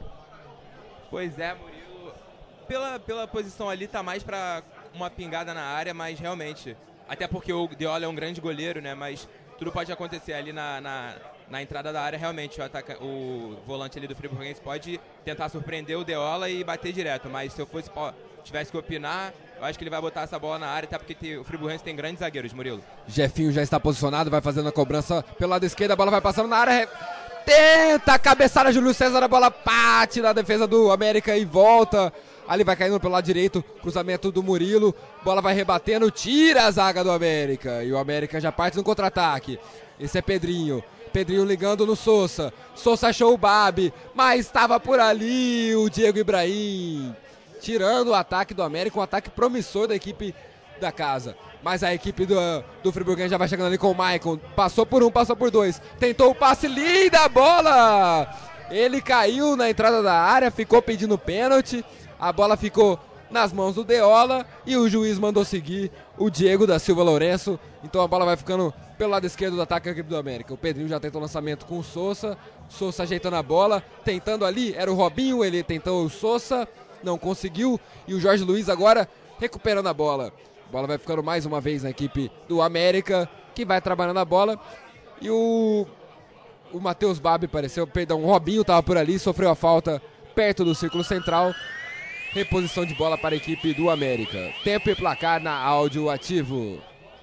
Pois é, Murilo. Pela, pela posição ali tá mais pra uma pingada na área, mas realmente, até porque o Deola é um grande goleiro, né? Mas tudo pode acontecer ali na, na, na entrada da área, realmente. O, ataca, o volante ali do friburguense pode tentar surpreender o Deola e bater direto, mas se eu fosse tivesse que opinar, eu acho que ele vai botar essa bola na área, até porque tem, o friburguense tem grandes zagueiros, Murilo. Jefinho já está posicionado, vai fazendo a cobrança pelo lado esquerdo, a bola vai passando na área... Tenta a cabeçada, Júlio César, a bola bate na defesa do América e volta. Ali vai caindo pelo lado direito, cruzamento do Murilo. Bola vai rebatendo, tira a zaga do América. E o América já parte no contra-ataque. Esse é Pedrinho. Pedrinho ligando no Sousa. Sousa achou o Babi, mas estava por ali o Diego Ibrahim. Tirando o ataque do América, um ataque promissor da equipe da casa. Mas a equipe do, do friburguense já vai chegando ali com o Maicon. Passou por um, passou por dois. Tentou o passe, linda bola! Ele caiu na entrada da área, ficou pedindo pênalti. A bola ficou nas mãos do Deola e o juiz mandou seguir o Diego da Silva Lourenço. Então a bola vai ficando pelo lado esquerdo do ataque da equipe do América. O Pedrinho já tentou o lançamento com o Sousa. Sousa ajeitando a bola, tentando ali, era o Robinho, ele tentou o Sousa, não conseguiu. E o Jorge Luiz agora recuperando a bola. A bola vai ficando mais uma vez na equipe do América, que vai trabalhando a bola. E o, o Matheus Babi apareceu, perdão, o Robinho estava por ali, sofreu a falta perto do círculo central. Reposição de bola para a equipe do América. Tempo e placar na áudio ativo.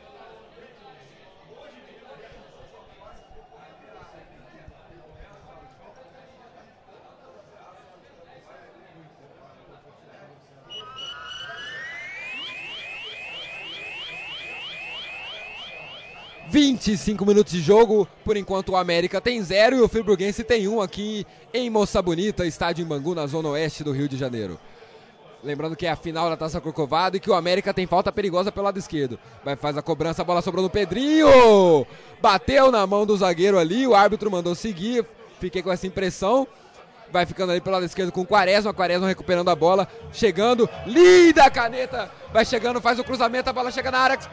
vinte e cinco minutos de jogo, por enquanto o América tem zero e o Friburguense tem um aqui em Moça Bonita, estádio em Bangu, na zona oeste do Rio de Janeiro. Lembrando que é a final da Taça Corcovado e que o América tem falta perigosa pelo lado esquerdo. Vai fazer a cobrança, a bola sobrou no Pedrinho! Bateu na mão do zagueiro ali, o árbitro mandou seguir, fiquei com essa impressão. Vai ficando ali pelo lado esquerdo com o Quaresma, Quaresma recuperando a bola, chegando, linda caneta, vai chegando, faz o cruzamento, a bola chega na área,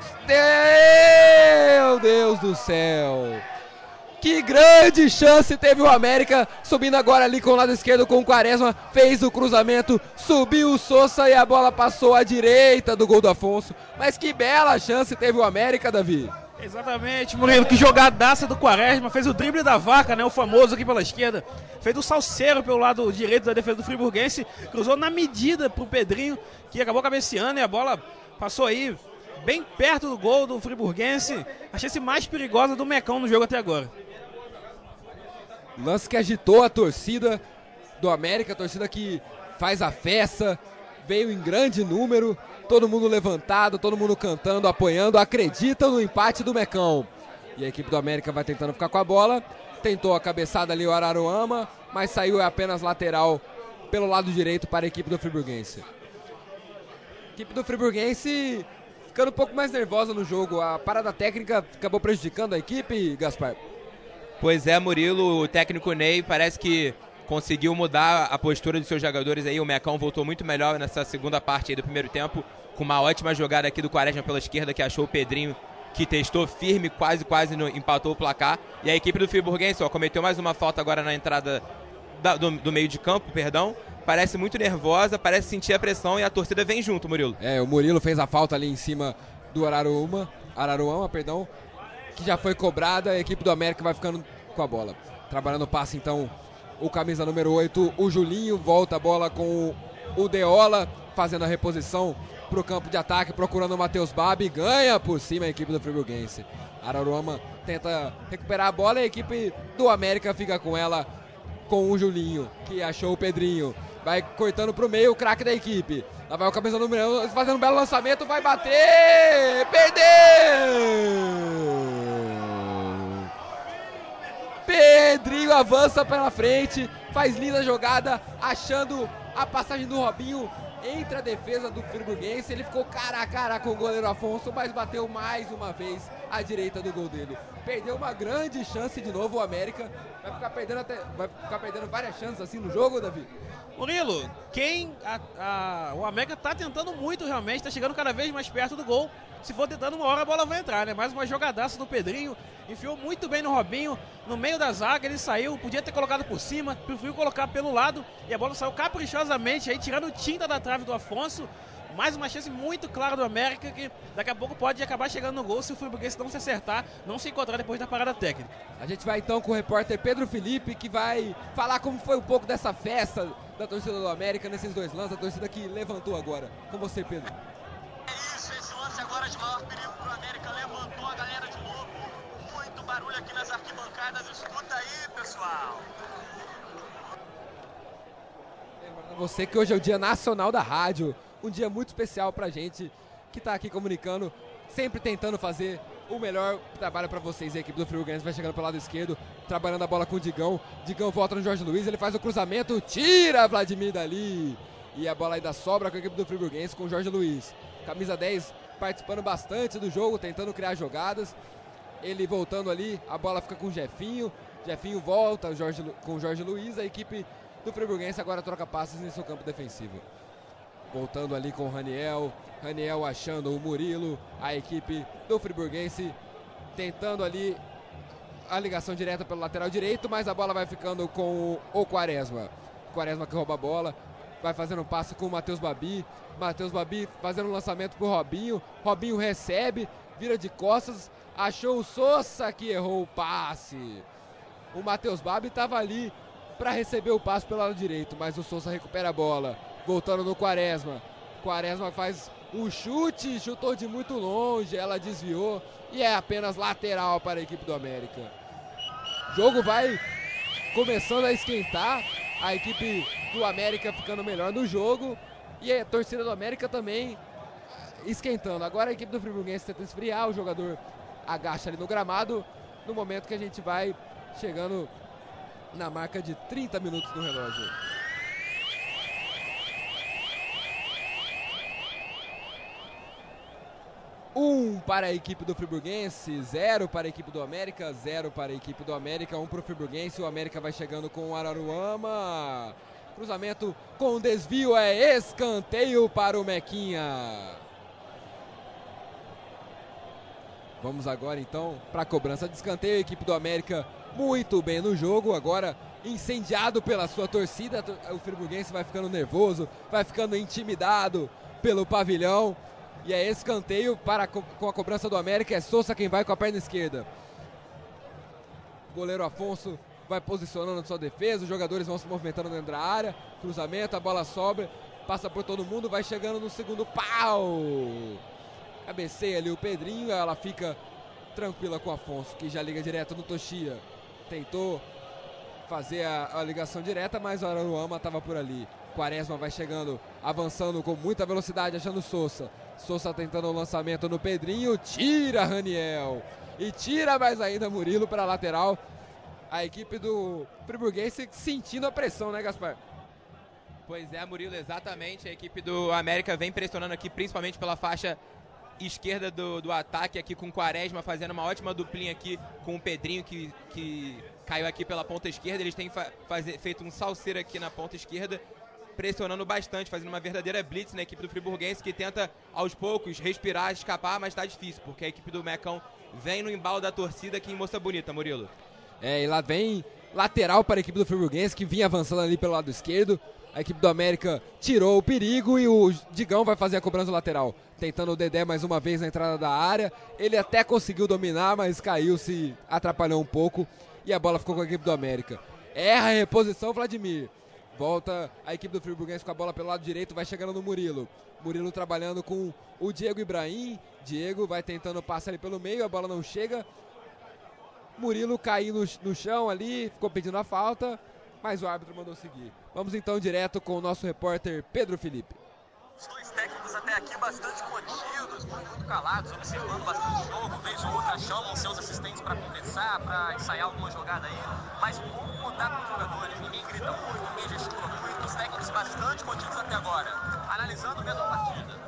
meu Deus do céu, que grande chance teve o América, subindo agora ali com o lado esquerdo com o Quaresma, fez o cruzamento, subiu o Sousa e a bola passou à direita do gol do Afonso, mas que bela chance teve o América, Davi. Exatamente, Murilo, que jogadaça do Quaresma, fez o drible da vaca, né, o famoso aqui pela esquerda, fez o salseiro pelo lado direito da defesa do Friburguense, cruzou na medida pro Pedrinho, que acabou cabeceando e a bola passou aí bem perto do gol do Friburguense, a chance mais perigosa do Mecão no jogo até agora. Lance que agitou a torcida do América, a torcida que faz a festa, veio em grande número, todo mundo levantado, todo mundo cantando, apoiando, acreditam no empate do Mecão. E a equipe do América vai tentando ficar com a bola, tentou a cabeçada ali o Araruama, mas saiu apenas lateral pelo lado direito para a equipe do Friburguense. A equipe do Friburguense ficando um pouco mais nervosa no jogo, a parada técnica acabou prejudicando a equipe, Gaspar? Pois é, Murilo, o técnico Ney parece que conseguiu mudar a postura dos seus jogadores aí, o Mecão voltou muito melhor nessa segunda parte aí do primeiro tempo, com uma ótima jogada aqui do Quaresma pela esquerda, que achou o Pedrinho, que testou firme, quase, quase no, empatou o placar. E a equipe do Friburguense, ó, cometeu mais uma falta agora na entrada da, do, do meio de campo, perdão. Parece muito nervosa, parece sentir a pressão e a torcida vem junto, Murilo. É, o Murilo fez a falta ali em cima do Araruama, Araruama, perdão, que já foi cobrada, a equipe do América vai ficando com a bola. Trabalhando o passe, então, o camisa número oito, o Julinho, volta a bola com o Deola, fazendo a reposição para o campo de ataque, procurando o Matheus Babi, ganha por cima a equipe do Friburguense. Araruama tenta recuperar a bola e a equipe do América fica com ela, com o Julinho, que achou o Pedrinho. Vai cortando para o meio, o craque da equipe. Lá vai o camisa número um, fazendo um belo lançamento, vai bater! Perdeu! Pedrinho avança pela frente, faz linda jogada, achando a passagem do Robinho entre a defesa do Friburguense. Ele ficou cara a cara com o goleiro Afonso, mas bateu mais uma vez à direita do gol dele. Perdeu uma grande chance de novo o América. Vai ficar perdendo, até, vai ficar perdendo várias chances assim no jogo, Davi? Murilo, quem a, a, o América tá tentando muito realmente, tá chegando cada vez mais perto do gol. Se for tentando, uma hora a bola vai entrar, né? Mais uma jogadaça do Pedrinho, enfiou muito bem no Robinho, no meio da zaga, ele saiu, podia ter colocado por cima, preferiu colocar pelo lado, e a bola saiu caprichosamente, aí tirando tinta da trave do Afonso. Mais uma chance muito clara do América, que daqui a pouco pode acabar chegando no gol se o Friburguense não se acertar, não se encontrar depois da parada técnica. A gente vai então com o repórter Pedro Felipe, que vai falar como foi um pouco dessa festa da torcida do América nesses dois lances, a torcida que levantou agora. Com você, Pedro. É isso, esse lance agora de maior perigo pro América, levantou a galera de novo. Muito barulho aqui nas arquibancadas, escuta aí, pessoal. Lembrando você que hoje é o Dia Nacional da Rádio, um dia muito especial pra gente que tá aqui comunicando, sempre tentando fazer o melhor trabalho pra vocês. A equipe do Friburguense vai chegando pelo lado esquerdo, trabalhando a bola com o Digão. Digão volta no Jorge Luiz, ele faz o cruzamento, tira Vladimir dali. E a bola ainda sobra com a equipe do Friburguense, com o Jorge Luiz. Camisa dez participando bastante do jogo, tentando criar jogadas. Ele voltando ali, a bola fica com o Jefinho. Jefinho volta Jorge, com o Jorge Luiz. A equipe do Friburguense agora troca passes em seu campo defensivo. Voltando ali com o Raniel. Raniel achando o Murilo. A equipe do friburguense tentando ali a ligação direta pelo lateral direito, mas a bola vai ficando com o Quaresma. Quaresma que rouba a bola. Vai fazendo um passe com o Matheus Babi. Matheus Babi fazendo um lançamento pro Robinho. Robinho recebe, vira de costas. Achou o Sousa que errou o passe. O Matheus Babi estava ali para receber o passe pelo lado direito, mas o Sousa recupera a bola. Voltando no Quaresma. Quaresma faz um chute, chutou de muito longe, ela desviou e é apenas lateral para a equipe do América. O jogo vai começando a esquentar, a equipe do América ficando melhor no jogo e a torcida do América também esquentando. Agora a equipe do Friburguense tenta esfriar, o jogador agacha ali no gramado, no momento que a gente vai chegando na marca de trinta minutos no relógio. Um para a equipe do Friburguense, zero para a equipe do América, zero para a equipe do América, um para o Friburguense. O América vai chegando com o Araruama. Cruzamento com desvio, é escanteio para o Mequinha. Vamos agora então para a cobrança de escanteio. A equipe do América muito bem no jogo, agora incendiado pela sua torcida. O Friburguense vai ficando nervoso, vai ficando intimidado pelo pavilhão. E é escanteio para, com a cobrança do América. É Sousa quem vai com a perna esquerda. O goleiro Afonso vai posicionando sua defesa. Os jogadores vão se movimentando dentro da área. Cruzamento, a bola sobra, passa por todo mundo, vai chegando no segundo pau. Cabeceia ali o Pedrinho. Ela fica tranquila com o Afonso, que já liga direto no Toshia. Tentou fazer a, a ligação direta, mas o Araruama estava por ali. Quaresma vai chegando, avançando com muita velocidade, achando o Sousa. Sousa tentando o lançamento no Pedrinho, tira Raniel. E tira mais ainda Murilo para a lateral. A equipe do Friburguense sentindo a pressão, né, Gaspar? Pois é, Murilo, exatamente. A equipe do América vem pressionando aqui, principalmente pela faixa esquerda do, do ataque, aqui com o Quaresma fazendo uma ótima duplinha aqui com o Pedrinho, que, que caiu aqui pela ponta esquerda. Eles têm fa fazer, feito um salseiro aqui na ponta esquerda, pressionando bastante, fazendo uma verdadeira blitz na equipe do Friburguense, que tenta aos poucos respirar, escapar, mas está difícil, porque a equipe do Mecão vem no embalo da torcida aqui em Moça Bonita, Murilo. É, e lá vem lateral para a equipe do Friburguense, que vinha avançando ali pelo lado esquerdo. A equipe do América tirou o perigo e o Digão vai fazer a cobrança lateral. Tentando o Dedé mais uma vez na entrada da área. Ele até conseguiu dominar, mas caiu, se atrapalhou um pouco. E a bola ficou com a equipe do América. Erra a reposição, Vladimir. Volta a equipe do Friburguense com a bola pelo lado direito, vai chegando no Murilo. Murilo trabalhando com o Diego Ibrahim. Diego vai tentando passar ali pelo meio, a bola não chega. Murilo caiu no, no chão ali, ficou pedindo a falta, mas o árbitro mandou seguir. Vamos então direto com o nosso repórter Pedro Felipe. Os dois técnicos até aqui bastante contidos, muito calados, observando bastante o jogo. Vez ou outra chamam seus assistentes para conversar, para ensaiar alguma jogada aí. Mas pouco contato com os jogadores, ninguém grita muito, ninguém gesticula muito. Os técnicos bastante contidos até agora, analisando mesmo a partida.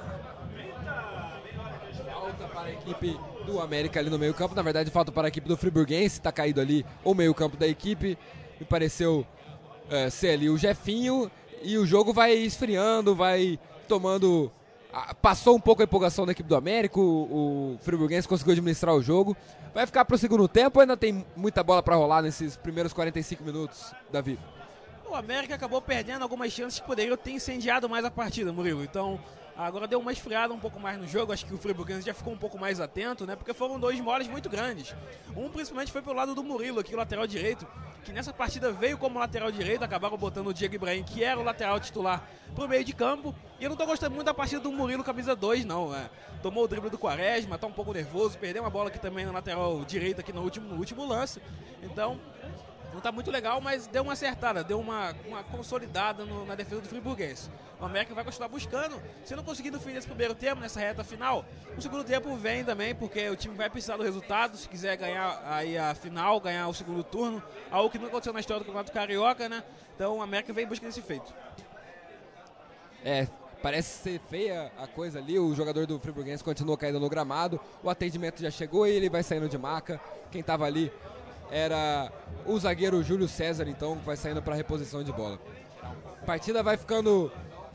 Falta para a equipe do América ali no meio campo. Na verdade, falta para a equipe do Friburguense. Está caído ali o meio campo da equipe. Me pareceu é, ser ali o Jefinho. E o jogo vai esfriando, vai tomando... Passou um pouco a empolgação da equipe do América. O, o Friburguense conseguiu administrar o jogo. Vai ficar para o segundo tempo ou ainda tem muita bola para rolar nesses primeiros quarenta e cinco minutos, Davi? O América acabou perdendo algumas chances que poderiam ter incendiado mais a partida, Murilo. Então, agora deu uma esfriada um pouco mais no jogo. Acho que o Friburguense já ficou um pouco mais atento, né? Porque foram dois moles muito grandes. Um principalmente foi pelo lado do Murilo, aqui o lateral direito, que nessa partida veio como lateral direito. Acabaram botando o Diego Ibrahim, que era o lateral titular, pro meio de campo. E eu não tô gostando muito da partida do Murilo, camisa dois, não, né? Tomou o drible do Quaresma, tá um pouco nervoso, perdeu uma bola aqui também na lateral direita, aqui no último, no último lance. Então, não tá muito legal, mas deu uma acertada, deu uma, uma consolidada no, na defesa do Friburguense. O América vai continuar buscando. Se não conseguir no fim desse primeiro tempo, nessa reta final, o segundo tempo vem também, porque o time vai precisar do resultado. Se quiser ganhar aí a final, ganhar o segundo turno, algo que não aconteceu na história do Campeonato Carioca, né? Então o América vem buscando esse feito. É, parece ser feia a coisa ali. O jogador do Friburguense continua caindo no gramado. O atendimento já chegou e ele vai saindo de maca. Quem estava ali era o zagueiro Júlio César, então, que vai saindo para reposição de bola. A partida vai ficando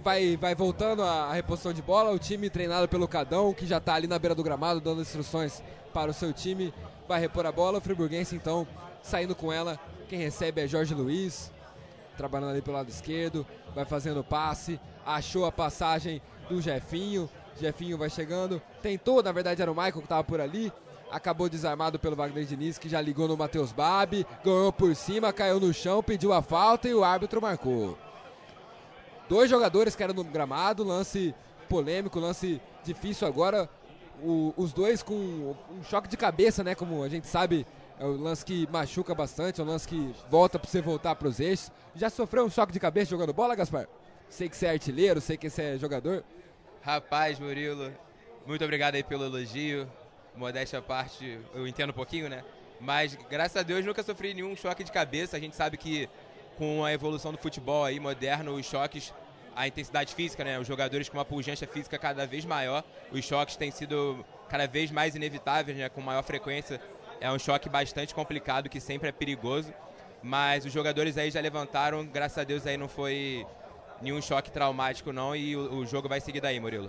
vai, vai voltando a, a reposição de bola, o time treinado pelo Cadão, que já está ali na beira do gramado, dando instruções para o seu time, vai repor a bola. O friburguense, então, saindo com ela. Quem recebe é Jorge Luiz, trabalhando ali pelo lado esquerdo, vai fazendo passe, achou a passagem do Jefinho, Jefinho vai chegando, tentou, na verdade era o Michael que estava por ali, acabou desarmado pelo Wagner Diniz, que já ligou no Matheus Babi, ganhou por cima, caiu no chão, pediu a falta e o árbitro marcou. Dois jogadores caíram no gramado, lance polêmico, lance difícil agora, o, os dois com um choque de cabeça, né, como a gente sabe. É um lance que machuca bastante, é um lance que volta pra você voltar pros eixos. Já sofreu um choque de cabeça jogando bola, Gaspar? Sei que você é artilheiro, sei que você é jogador. Rapaz, Murilo, muito obrigado aí pelo elogio. Modéstia à parte, eu entendo um pouquinho, né? Mas, graças a Deus, nunca sofri nenhum choque de cabeça. A gente sabe que com a evolução do futebol aí moderno, os choques, a intensidade física, né? Os jogadores com uma pujança física cada vez maior, os choques têm sido cada vez mais inevitáveis, né? Com maior frequência. É um choque bastante complicado, que sempre é perigoso, mas os jogadores aí já levantaram, graças a Deus aí não foi nenhum choque traumático não, e o, o jogo vai seguir daí, Murilo.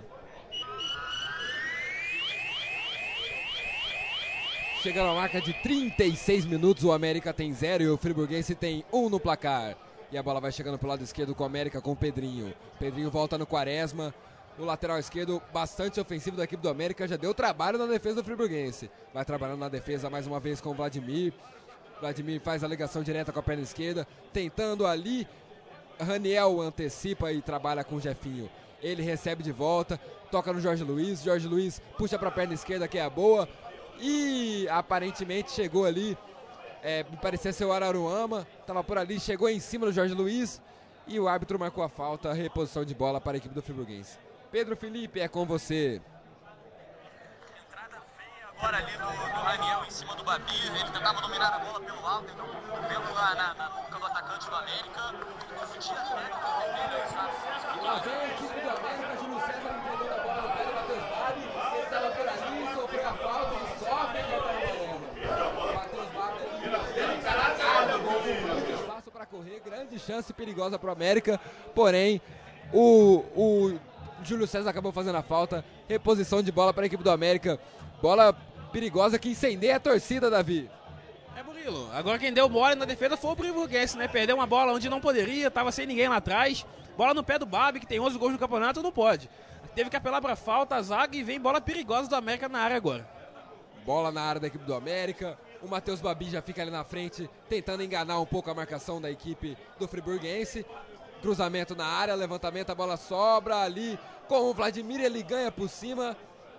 Chegando a marca de trinta e seis minutos, o América tem zero e o friburguense tem um no placar. E a bola vai chegando pro lado esquerdo com o América, com o Pedrinho. Pedrinho volta no Quaresma. O lateral esquerdo, bastante ofensivo da equipe do América, já deu trabalho na defesa do friburguense. Vai trabalhando na defesa mais uma vez com o Vladimir. Vladimir faz a ligação direta com a perna esquerda, tentando ali. Raniel antecipa e trabalha com o Jefinho. Ele recebe de volta, toca no Jorge Luiz. Jorge Luiz puxa para a perna esquerda, que é a boa. E aparentemente chegou ali, é, me parecia ser o Araruama, estava por ali, chegou em cima do Jorge Luiz. E o árbitro marcou a falta, reposição de bola para a equipe do friburguense. Pedro Felipe, é com você. Entrada feia agora ali do, do Raniel em cima do Babi. Ele tentava dominar a bola pelo alto, então pelo lá na, na nuca do atacante do América. Confundia a E lá vem a equipe do América, Júlio César entregando a bola no pé do Matheus Babi. Ele estava por ali, sofreu a falta, ele sofre e cartão amarelo. Matheus Babi ali, caracada, muito espaço para correr, grande chance perigosa para o América, porém o, o Júlio César acabou fazendo a falta, reposição de bola para a equipe do América, bola perigosa que incendeia a torcida, Davi. É, Murilo, agora quem deu mole na defesa foi o friburguense, né? Perdeu uma bola onde não poderia, tava sem ninguém lá atrás, bola no pé do Babi, que tem onze gols no campeonato, não pode. Teve que apelar para falta, a zaga, e vem bola perigosa do América na área agora. Bola na área da equipe do América, o Matheus Babi já fica ali na frente, tentando enganar um pouco a marcação da equipe do friburguense. Cruzamento na área, levantamento, a bola sobra ali com o Vladimir, ele ganha por cima,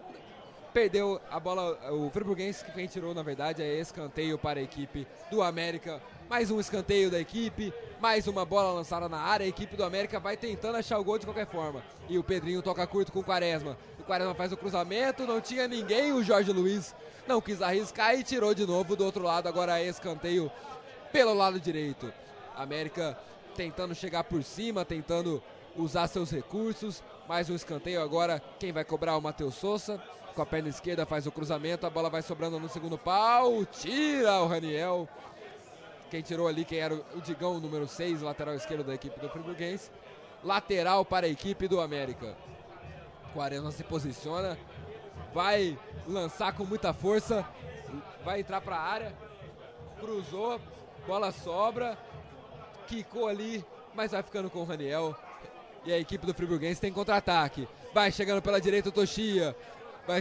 perdeu a bola, o friburguense, que quem tirou na verdade é escanteio para a equipe do América. Mais um escanteio da equipe, mais uma bola lançada na área, a equipe do América vai tentando achar o gol de qualquer forma. E o Pedrinho toca curto com o Quaresma, o Quaresma faz o cruzamento, não tinha ninguém, o Jorge Luiz não quis arriscar e tirou de novo do outro lado, agora é escanteio pelo lado direito. América tentando chegar por cima, tentando usar seus recursos, mais um escanteio agora, quem vai cobrar é o Matheus Souza, com a perna esquerda faz o cruzamento, a bola vai sobrando no segundo pau, tira o Raniel, quem tirou ali, quem era o Digão, número seis, lateral esquerdo da equipe do friburguense, lateral para a equipe do América. Quaresma se posiciona, vai lançar com muita força, vai entrar para a área, cruzou, bola sobra, quicou ali, mas vai ficando com o Raniel. E a equipe do friburguense tem contra-ataque. Vai chegando pela direita o Toshia. Vai,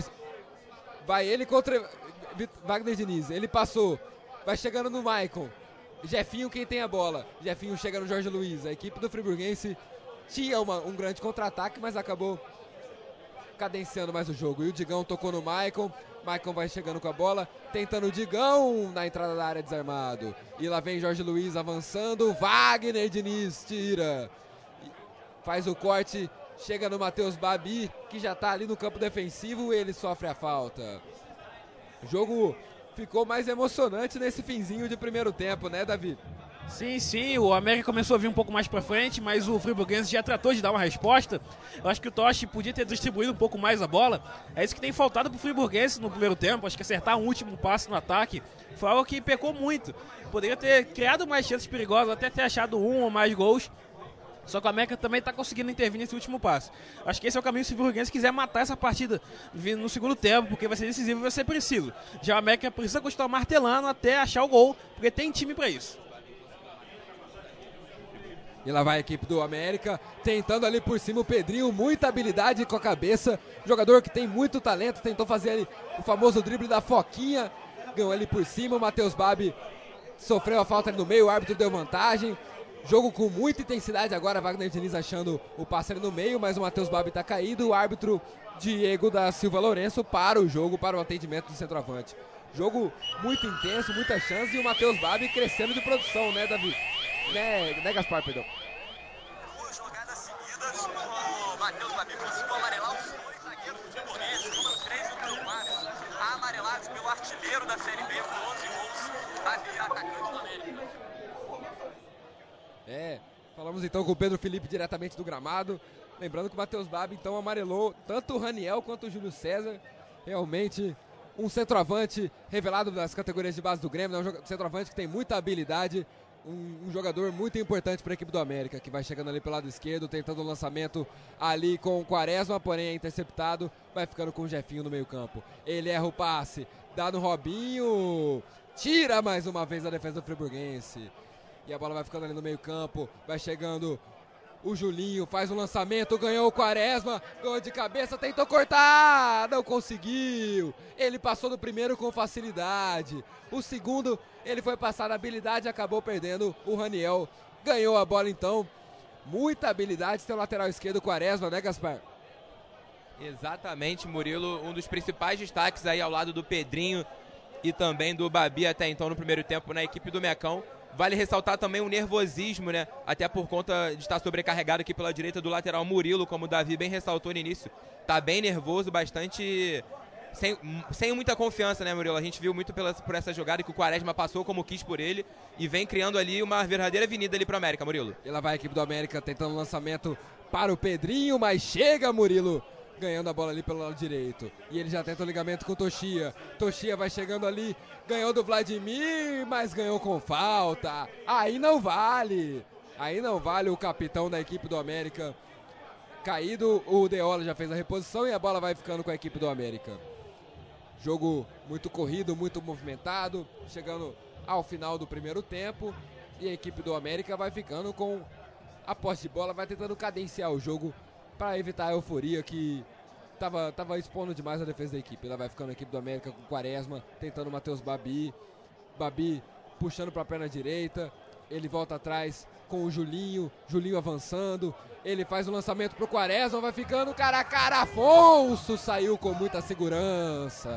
vai ele contra Wagner Diniz. Ele passou. Vai chegando no Maicon. Jefinho quem tem a bola. Jefinho chega no Jorge Luiz. A equipe do friburguense tinha uma, um grande contra-ataque, mas acabou cadenciando mais o jogo. E o Digão tocou no Maicon. Maicon vai chegando com a bola, tentando o Digão na entrada da área, desarmado. E lá vem Jorge Luiz avançando, Wagner Diniz tira. Faz o corte, chega no Matheus Babi, que já está ali no campo defensivo, e ele sofre a falta. O jogo ficou mais emocionante nesse finzinho de primeiro tempo, né, Davi? Sim, sim, o América começou a vir um pouco mais pra frente, mas o friburguense já tratou de dar uma resposta. Eu acho que o Toshi podia ter distribuído um pouco mais a bola. É isso que tem faltado pro friburguense no primeiro tempo. Acho que acertar um último passe no ataque foi algo que pecou muito. Poderia ter criado mais chances perigosas, até ter achado um ou mais gols. Só que o América também está conseguindo intervir nesse último passe. Acho que esse é o caminho se o Friburguense quiser matar essa partida vindo no segundo tempo, porque vai ser decisivo e vai ser preciso. Já o América precisa continuar martelando até achar o gol, porque tem time para isso. E lá vai a equipe do América, tentando ali por cima o Pedrinho, muita habilidade com a cabeça. Jogador que tem muito talento, tentou fazer ali o famoso drible da Foquinha. Ganhou ali por cima, o Matheus Babi sofreu a falta ali no meio, o árbitro deu vantagem. Jogo com muita intensidade agora, Wagner Diniz achando o passe ali no meio, mas o Matheus Babi está caído. O árbitro Diego da Silva Lourenço para o jogo, para o atendimento do centroavante. Jogo muito intenso, muita chance e o Matheus Babi crescendo de produção, né, Davi? Né, né Gaspar, perdão. Duas jogadas seguidas, o Matheus Babi conseguiu amarelar os dois zagueiros do Friburguense, número três e número quatro, amarelados pelo artilheiro da Série B com onze gols, Babi, atacante do América. É, falamos então com o Pedro Felipe diretamente do gramado. Lembrando que o Matheus Babi então amarelou tanto o Raniel quanto o Júlio César. Realmente um centroavante revelado das categorias de base do Grêmio, né? Um centroavante que tem muita habilidade, um, um jogador muito importante para a equipe do América, que vai chegando ali pelo lado esquerdo, tentando o lançamento ali com o Quaresma, porém é interceptado, vai ficando com o Jefinho no meio campo. Ele erra o passe, dá no Robinho, tira mais uma vez a defesa do Friburguense. E a bola vai ficando ali no meio campo, vai chegando o Julinho, faz um lançamento, ganhou o Quaresma, ganhou de cabeça, tentou cortar, não conseguiu. Ele passou no primeiro com facilidade. O segundo, ele foi passar na habilidade e acabou perdendo. O Raniel ganhou a bola então. Muita habilidade, tem o lateral esquerdo, o Quaresma, né, Gaspar? Exatamente, Murilo, um dos principais destaques aí ao lado do Pedrinho e também do Babi até então no primeiro tempo na equipe do Mecão. Vale ressaltar também o nervosismo, né? Até por conta de estar sobrecarregado aqui pela direita do lateral Murilo, como o Davi bem ressaltou no início. Tá bem nervoso, bastante... Sem, sem muita confiança, né, Murilo? A gente viu muito pela, por essa jogada que o Quaresma passou como quis por ele e vem criando ali uma verdadeira avenida ali pro América, Murilo. E lá vai a equipe do América tentando o lançamento para o Pedrinho, mas chega Murilo ganhando a bola ali pelo lado direito. E ele já tenta o ligamento com o Toshia. Toshia vai chegando ali, ganhou do Vladimir, mas ganhou com falta. Aí não vale. Aí não vale o capitão da equipe do América. Caído, o Deola já fez a reposição e a bola vai ficando com a equipe do América. Jogo muito corrido, muito movimentado, chegando ao final do primeiro tempo. E a equipe do América vai ficando com a posse de bola, vai tentando cadenciar o jogo para evitar a euforia que tava, tava expondo demais a defesa da equipe. Ela vai ficando a equipe do América com o Quaresma, tentando o Matheus Babi. Babi puxando para a perna direita, ele volta atrás com o Julinho, Julinho avançando, ele faz o lançamento pro Quaresma, vai ficando cara a cara, Afonso saiu com muita segurança.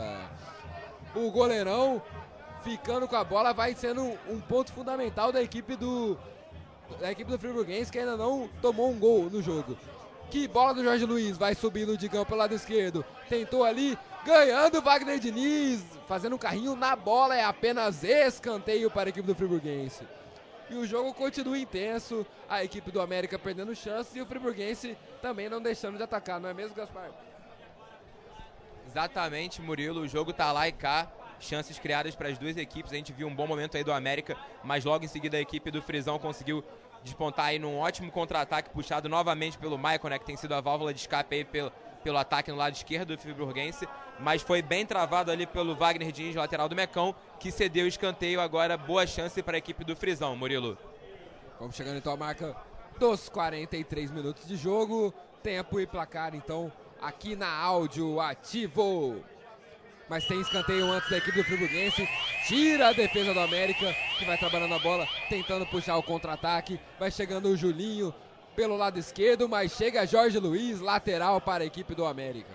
O goleirão ficando com a bola vai sendo um ponto fundamental da equipe do, da equipe do Friburguense, que ainda não tomou um gol no jogo. Que bola do Jorge Luiz, vai subindo o Digão pelo lado esquerdo, tentou ali, ganhando Wagner Diniz, fazendo um carrinho na bola, é apenas escanteio para a equipe do Friburguense. E o jogo continua intenso, a equipe do América perdendo chances e o Friburguense também não deixando de atacar, não é mesmo, Gaspar? Exatamente, Murilo, o jogo tá lá e cá, chances criadas para as duas equipes, a gente viu um bom momento aí do América, mas logo em seguida a equipe do Frisão conseguiu despontar aí num ótimo contra-ataque puxado novamente pelo Maicon, né, que tem sido a válvula de escape aí pelo, pelo ataque no lado esquerdo do Friburguense, mas foi bem travado ali pelo Wagner Diniz, lateral do Mecão, que cedeu o escanteio. Agora boa chance para a equipe do Frisão, Murilo. Vamos chegando então a marca dos quarenta e três minutos de jogo, tempo e placar então aqui na Áudio Ativo. Mas tem escanteio antes da equipe do Friburguense, tira a defesa do América, que vai trabalhando a bola, tentando puxar o contra-ataque, vai chegando o Julinho pelo lado esquerdo, mas chega Jorge Luiz, lateral para a equipe do América.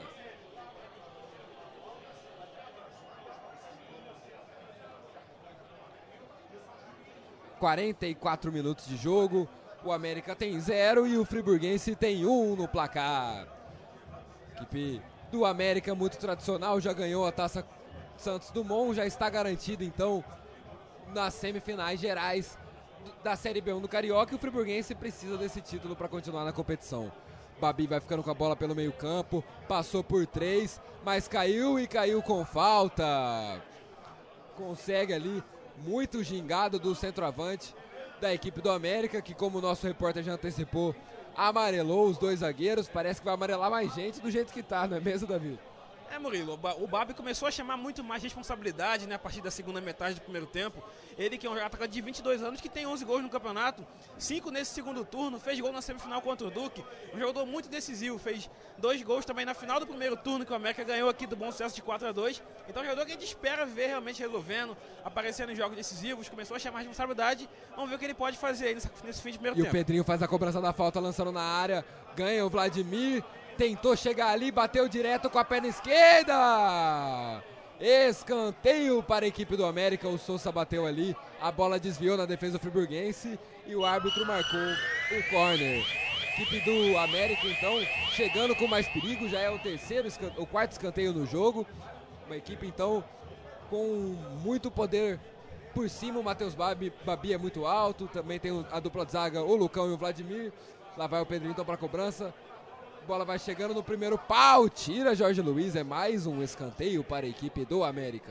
quarenta e quatro minutos de jogo, o América tem zero e o Friburguense tem um no placar. Equipe do América, muito tradicional, já ganhou a Taça Santos Dumont, já está garantido então nas semifinais gerais da Série B um do Carioca, e o Friburguense precisa desse título para continuar na competição. Babi vai ficando com a bola pelo meio campo, passou por três, mas caiu e caiu com falta. Consegue ali, muito gingado do centroavante, da equipe do América, que como o nosso repórter já antecipou, amarelou os dois zagueiros. Parece que vai amarelar mais gente do jeito que tá, não é mesmo, Davi? É, Murilo, o Babi começou a chamar muito mais responsabilidade, né, a partir da segunda metade do primeiro tempo. Ele que é um atacante de vinte e dois anos, que tem onze gols no campeonato, cinco nesse segundo turno, fez gol na semifinal contra o Duque, um jogador muito decisivo, fez dois gols também na final do primeiro turno, que o América ganhou aqui do Bom Sucesso de quatro a dois. Então é um jogador que a gente espera ver realmente resolvendo, aparecendo em jogos decisivos, começou a chamar responsabilidade. Vamos ver o que ele pode fazer aí nesse, nesse fim de primeiro e tempo. E o Pedrinho faz a cobrança da falta, lançando na área, ganha o Vladimir. Tentou chegar ali, bateu direto com a perna esquerda. Escanteio para a equipe do América. O Sousa bateu ali, a bola desviou na defesa do friburguense e o árbitro marcou o córner. Equipe do América, então, chegando com mais perigo. Já é o terceiro, o quarto escanteio no jogo. Uma equipe, então, com muito poder por cima. O Matheus Babi, Babi é muito alto. Também tem a dupla de zaga, o Lucão e o Vladimir. Lá vai o Pedrinho, então, para a cobrança. Bola vai chegando no primeiro pau, tira Jorge Luiz, é mais um escanteio para a equipe do América.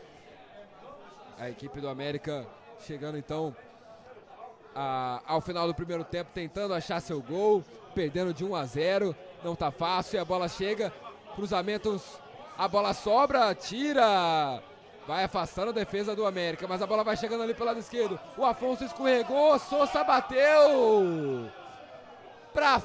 A equipe do América chegando então a, ao final do primeiro tempo, tentando achar seu gol, perdendo de um a zero, não tá fácil, e a bola chega, cruzamentos, a bola sobra, tira, vai afastando a defesa do América, mas a bola vai chegando ali pelo lado esquerdo, o Afonso escorregou, Sousa bateu! Pra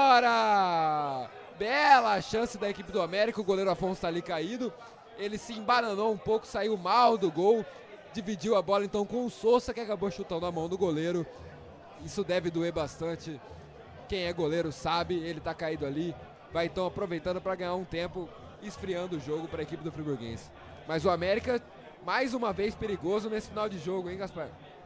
fora! Bela chance da equipe do América, o goleiro Afonso tá ali caído. Ele se embananou um pouco, saiu mal do gol. Dividiu a bola então com o Sousa, que acabou chutando a mão do goleiro. Isso deve doer bastante. Quem é goleiro sabe, ele tá caído ali. Vai então aproveitando para ganhar um tempo, esfriando o jogo para a equipe do friburguense. Mas o América, mais uma vez perigoso nesse final de jogo, hein, Gaspar?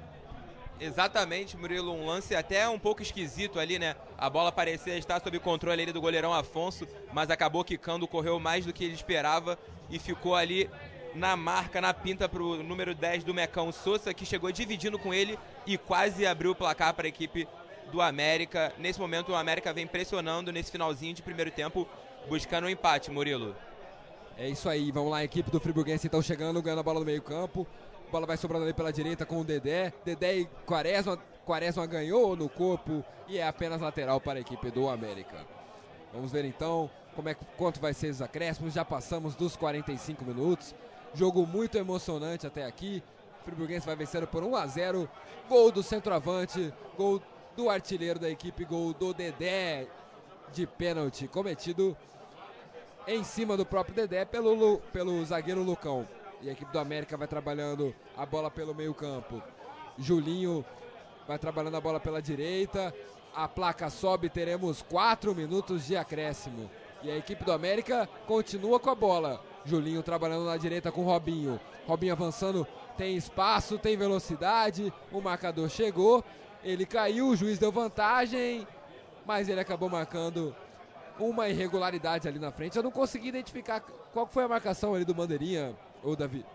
Exatamente, Murilo, um lance até um pouco esquisito ali, né? A bola parecia estar sob controle ali do goleirão Afonso, mas acabou quicando, correu mais do que ele esperava e ficou ali na marca, na pinta pro número dez do Mecão Sousa, que chegou dividindo com ele e quase abriu o placar para a equipe do América. Nesse momento o América vem pressionando nesse finalzinho de primeiro tempo, buscando um empate, Murilo. É isso aí, vamos lá, a equipe do friburguense então chegando, ganhando a bola no meio campo. A bola vai sobrando ali pela direita com o Dedé. Dedé e Quaresma. Quaresma ganhou no corpo e é apenas lateral para a equipe do América. Vamos ver então como é, quanto vai ser os acréscimos. Já passamos dos quarenta e cinco minutos. Jogo muito emocionante até aqui. O friburguense vai vencendo por um a zero. Gol do centroavante, gol do artilheiro da equipe, gol do Dedé de pênalti cometido em cima do próprio Dedé pelo, pelo zagueiro Lucão. E a equipe do América vai trabalhando a bola pelo meio campo. Julinho vai trabalhando a bola pela direita. A placa sobe, teremos quatro minutos de acréscimo. E a equipe do América continua com a bola. Julinho trabalhando na direita com o Robinho. Robinho avançando, tem espaço, tem velocidade. O marcador chegou, ele caiu, o juiz deu vantagem, mas ele acabou marcando uma irregularidade ali na frente. Eu não consegui identificar qual foi a marcação ali do Bandeirinha, ou Davi.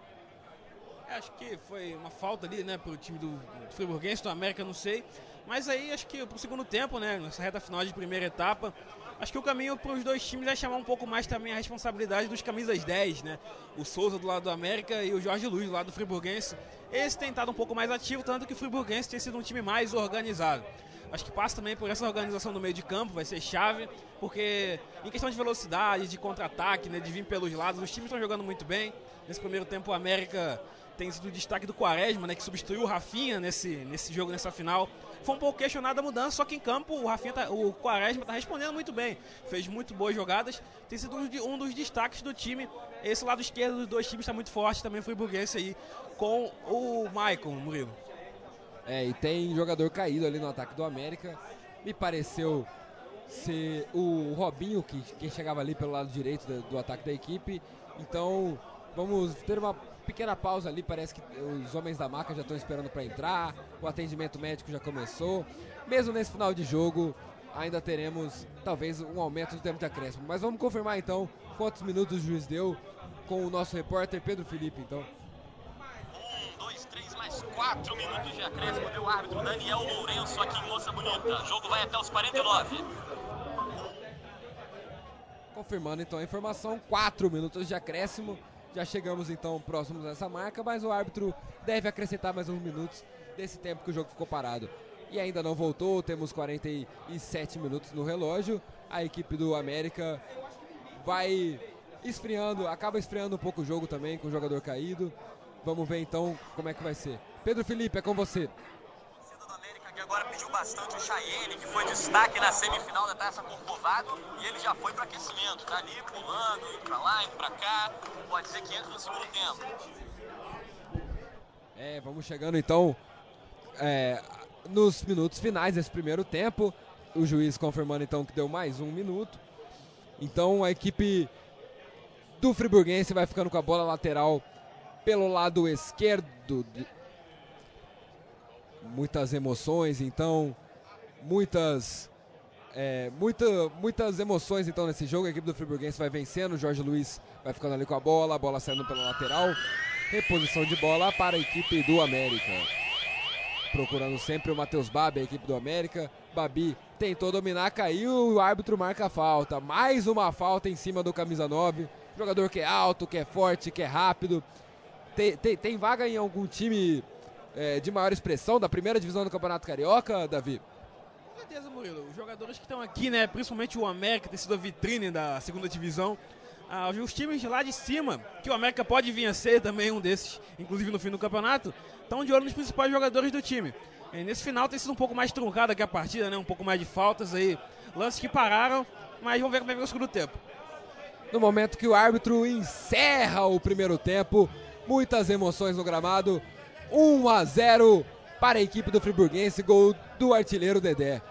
Acho que foi uma falta ali, né, pro time do friburguense, do América, não sei. Mas aí, acho que pro segundo tempo, né, nessa reta final de primeira etapa, acho que o caminho para os dois times vai chamar um pouco mais também a responsabilidade dos camisas dez, né? O Sousa do lado do América e o Jorge Luiz do lado do friburguense. Esse tem estado um pouco mais ativo, tanto que o friburguense tem sido um time mais organizado. Acho que passa também por essa organização no meio de campo, vai ser chave, porque em questão de velocidade, de contra-ataque, né, de vir pelos lados, os times estão jogando muito bem. Nesse primeiro tempo o América tem sido o destaque do Quaresma, né, que substituiu o Rafinha nesse, nesse jogo, nessa final. Foi um pouco questionada a mudança, só que em campo o, Rafinha tá, o Quaresma está respondendo muito bem. Fez muito boas jogadas, tem sido um, um dos destaques do time. Esse lado esquerdo dos dois times está muito forte, também foi friburguense aí, com o Maicon, Murilo. É, e tem jogador caído ali no ataque do América. Me pareceu ser o Robinho, que, quem chegava ali pelo lado direito do, do ataque da equipe. Então, vamos ter uma pequena pausa ali. Parece que os homens da maca já estão esperando para entrar. O atendimento médico já começou. Mesmo nesse final de jogo, ainda teremos talvez um aumento do tempo de acréscimo. Mas vamos confirmar então quantos minutos o juiz deu com o nosso repórter Pedro Felipe, então. Quatro minutos de acréscimo do árbitro Daniel Lourenço aqui em Moça Bonita. O jogo vai até os quarenta e nove. Confirmando então a informação, quatro minutos de acréscimo. Já chegamos então próximos a essa marca, mas o árbitro deve acrescentar mais uns minutos desse tempo que o jogo ficou parado. E ainda não voltou, temos quarenta e sete minutos no relógio. A equipe do América vai esfriando, acaba esfriando um pouco o jogo também com o jogador caído. Vamos ver então como é que vai ser. Pedro Felipe, é com você. A torcida do América que agora pediu bastante o Chayenne, que foi destaque na semifinal da Taça Corcovado, e ele já foi para aquecimento, tá ali pulando, indo para lá, indo para cá. Pode ser que entre no segundo tempo. É, vamos chegando então é, nos minutos finais desse primeiro tempo. O juiz confirmando então que deu mais um minuto. Então a equipe do Friburguense vai ficando com a bola lateral pelo lado esquerdo. Muitas emoções, então, muitas, é, muita, muitas emoções então nesse jogo. A equipe do Friburguense vai vencendo, o Jorge Luiz vai ficando ali com a bola, a bola saindo pela lateral. Reposição de bola para a equipe do América. Procurando sempre o Matheus Babi, a equipe do América. Babi tentou dominar, caiu, o árbitro marca a falta. Mais uma falta em cima do camisa nove. Jogador que é alto, que é forte, que é rápido. Tem, tem, tem vaga em algum time é, de maior expressão da primeira divisão do Campeonato Carioca, Davi? Com certeza, Murilo. Os jogadores que estão aqui, né, principalmente o América, tem sido a vitrine da segunda divisão. Ah, os times lá de cima, que o América pode vir a ser também um desses, inclusive no fim do campeonato, estão de olho nos principais jogadores do time. E nesse final tem sido um pouco mais truncada aqui a partida, né? Um pouco mais de faltas aí, lances que pararam, mas vamos ver como é que vai o segundo tempo. No momento que o árbitro encerra o primeiro tempo, muitas emoções no gramado, um a zero para a equipe do Friburguense, gol do artilheiro Dedé.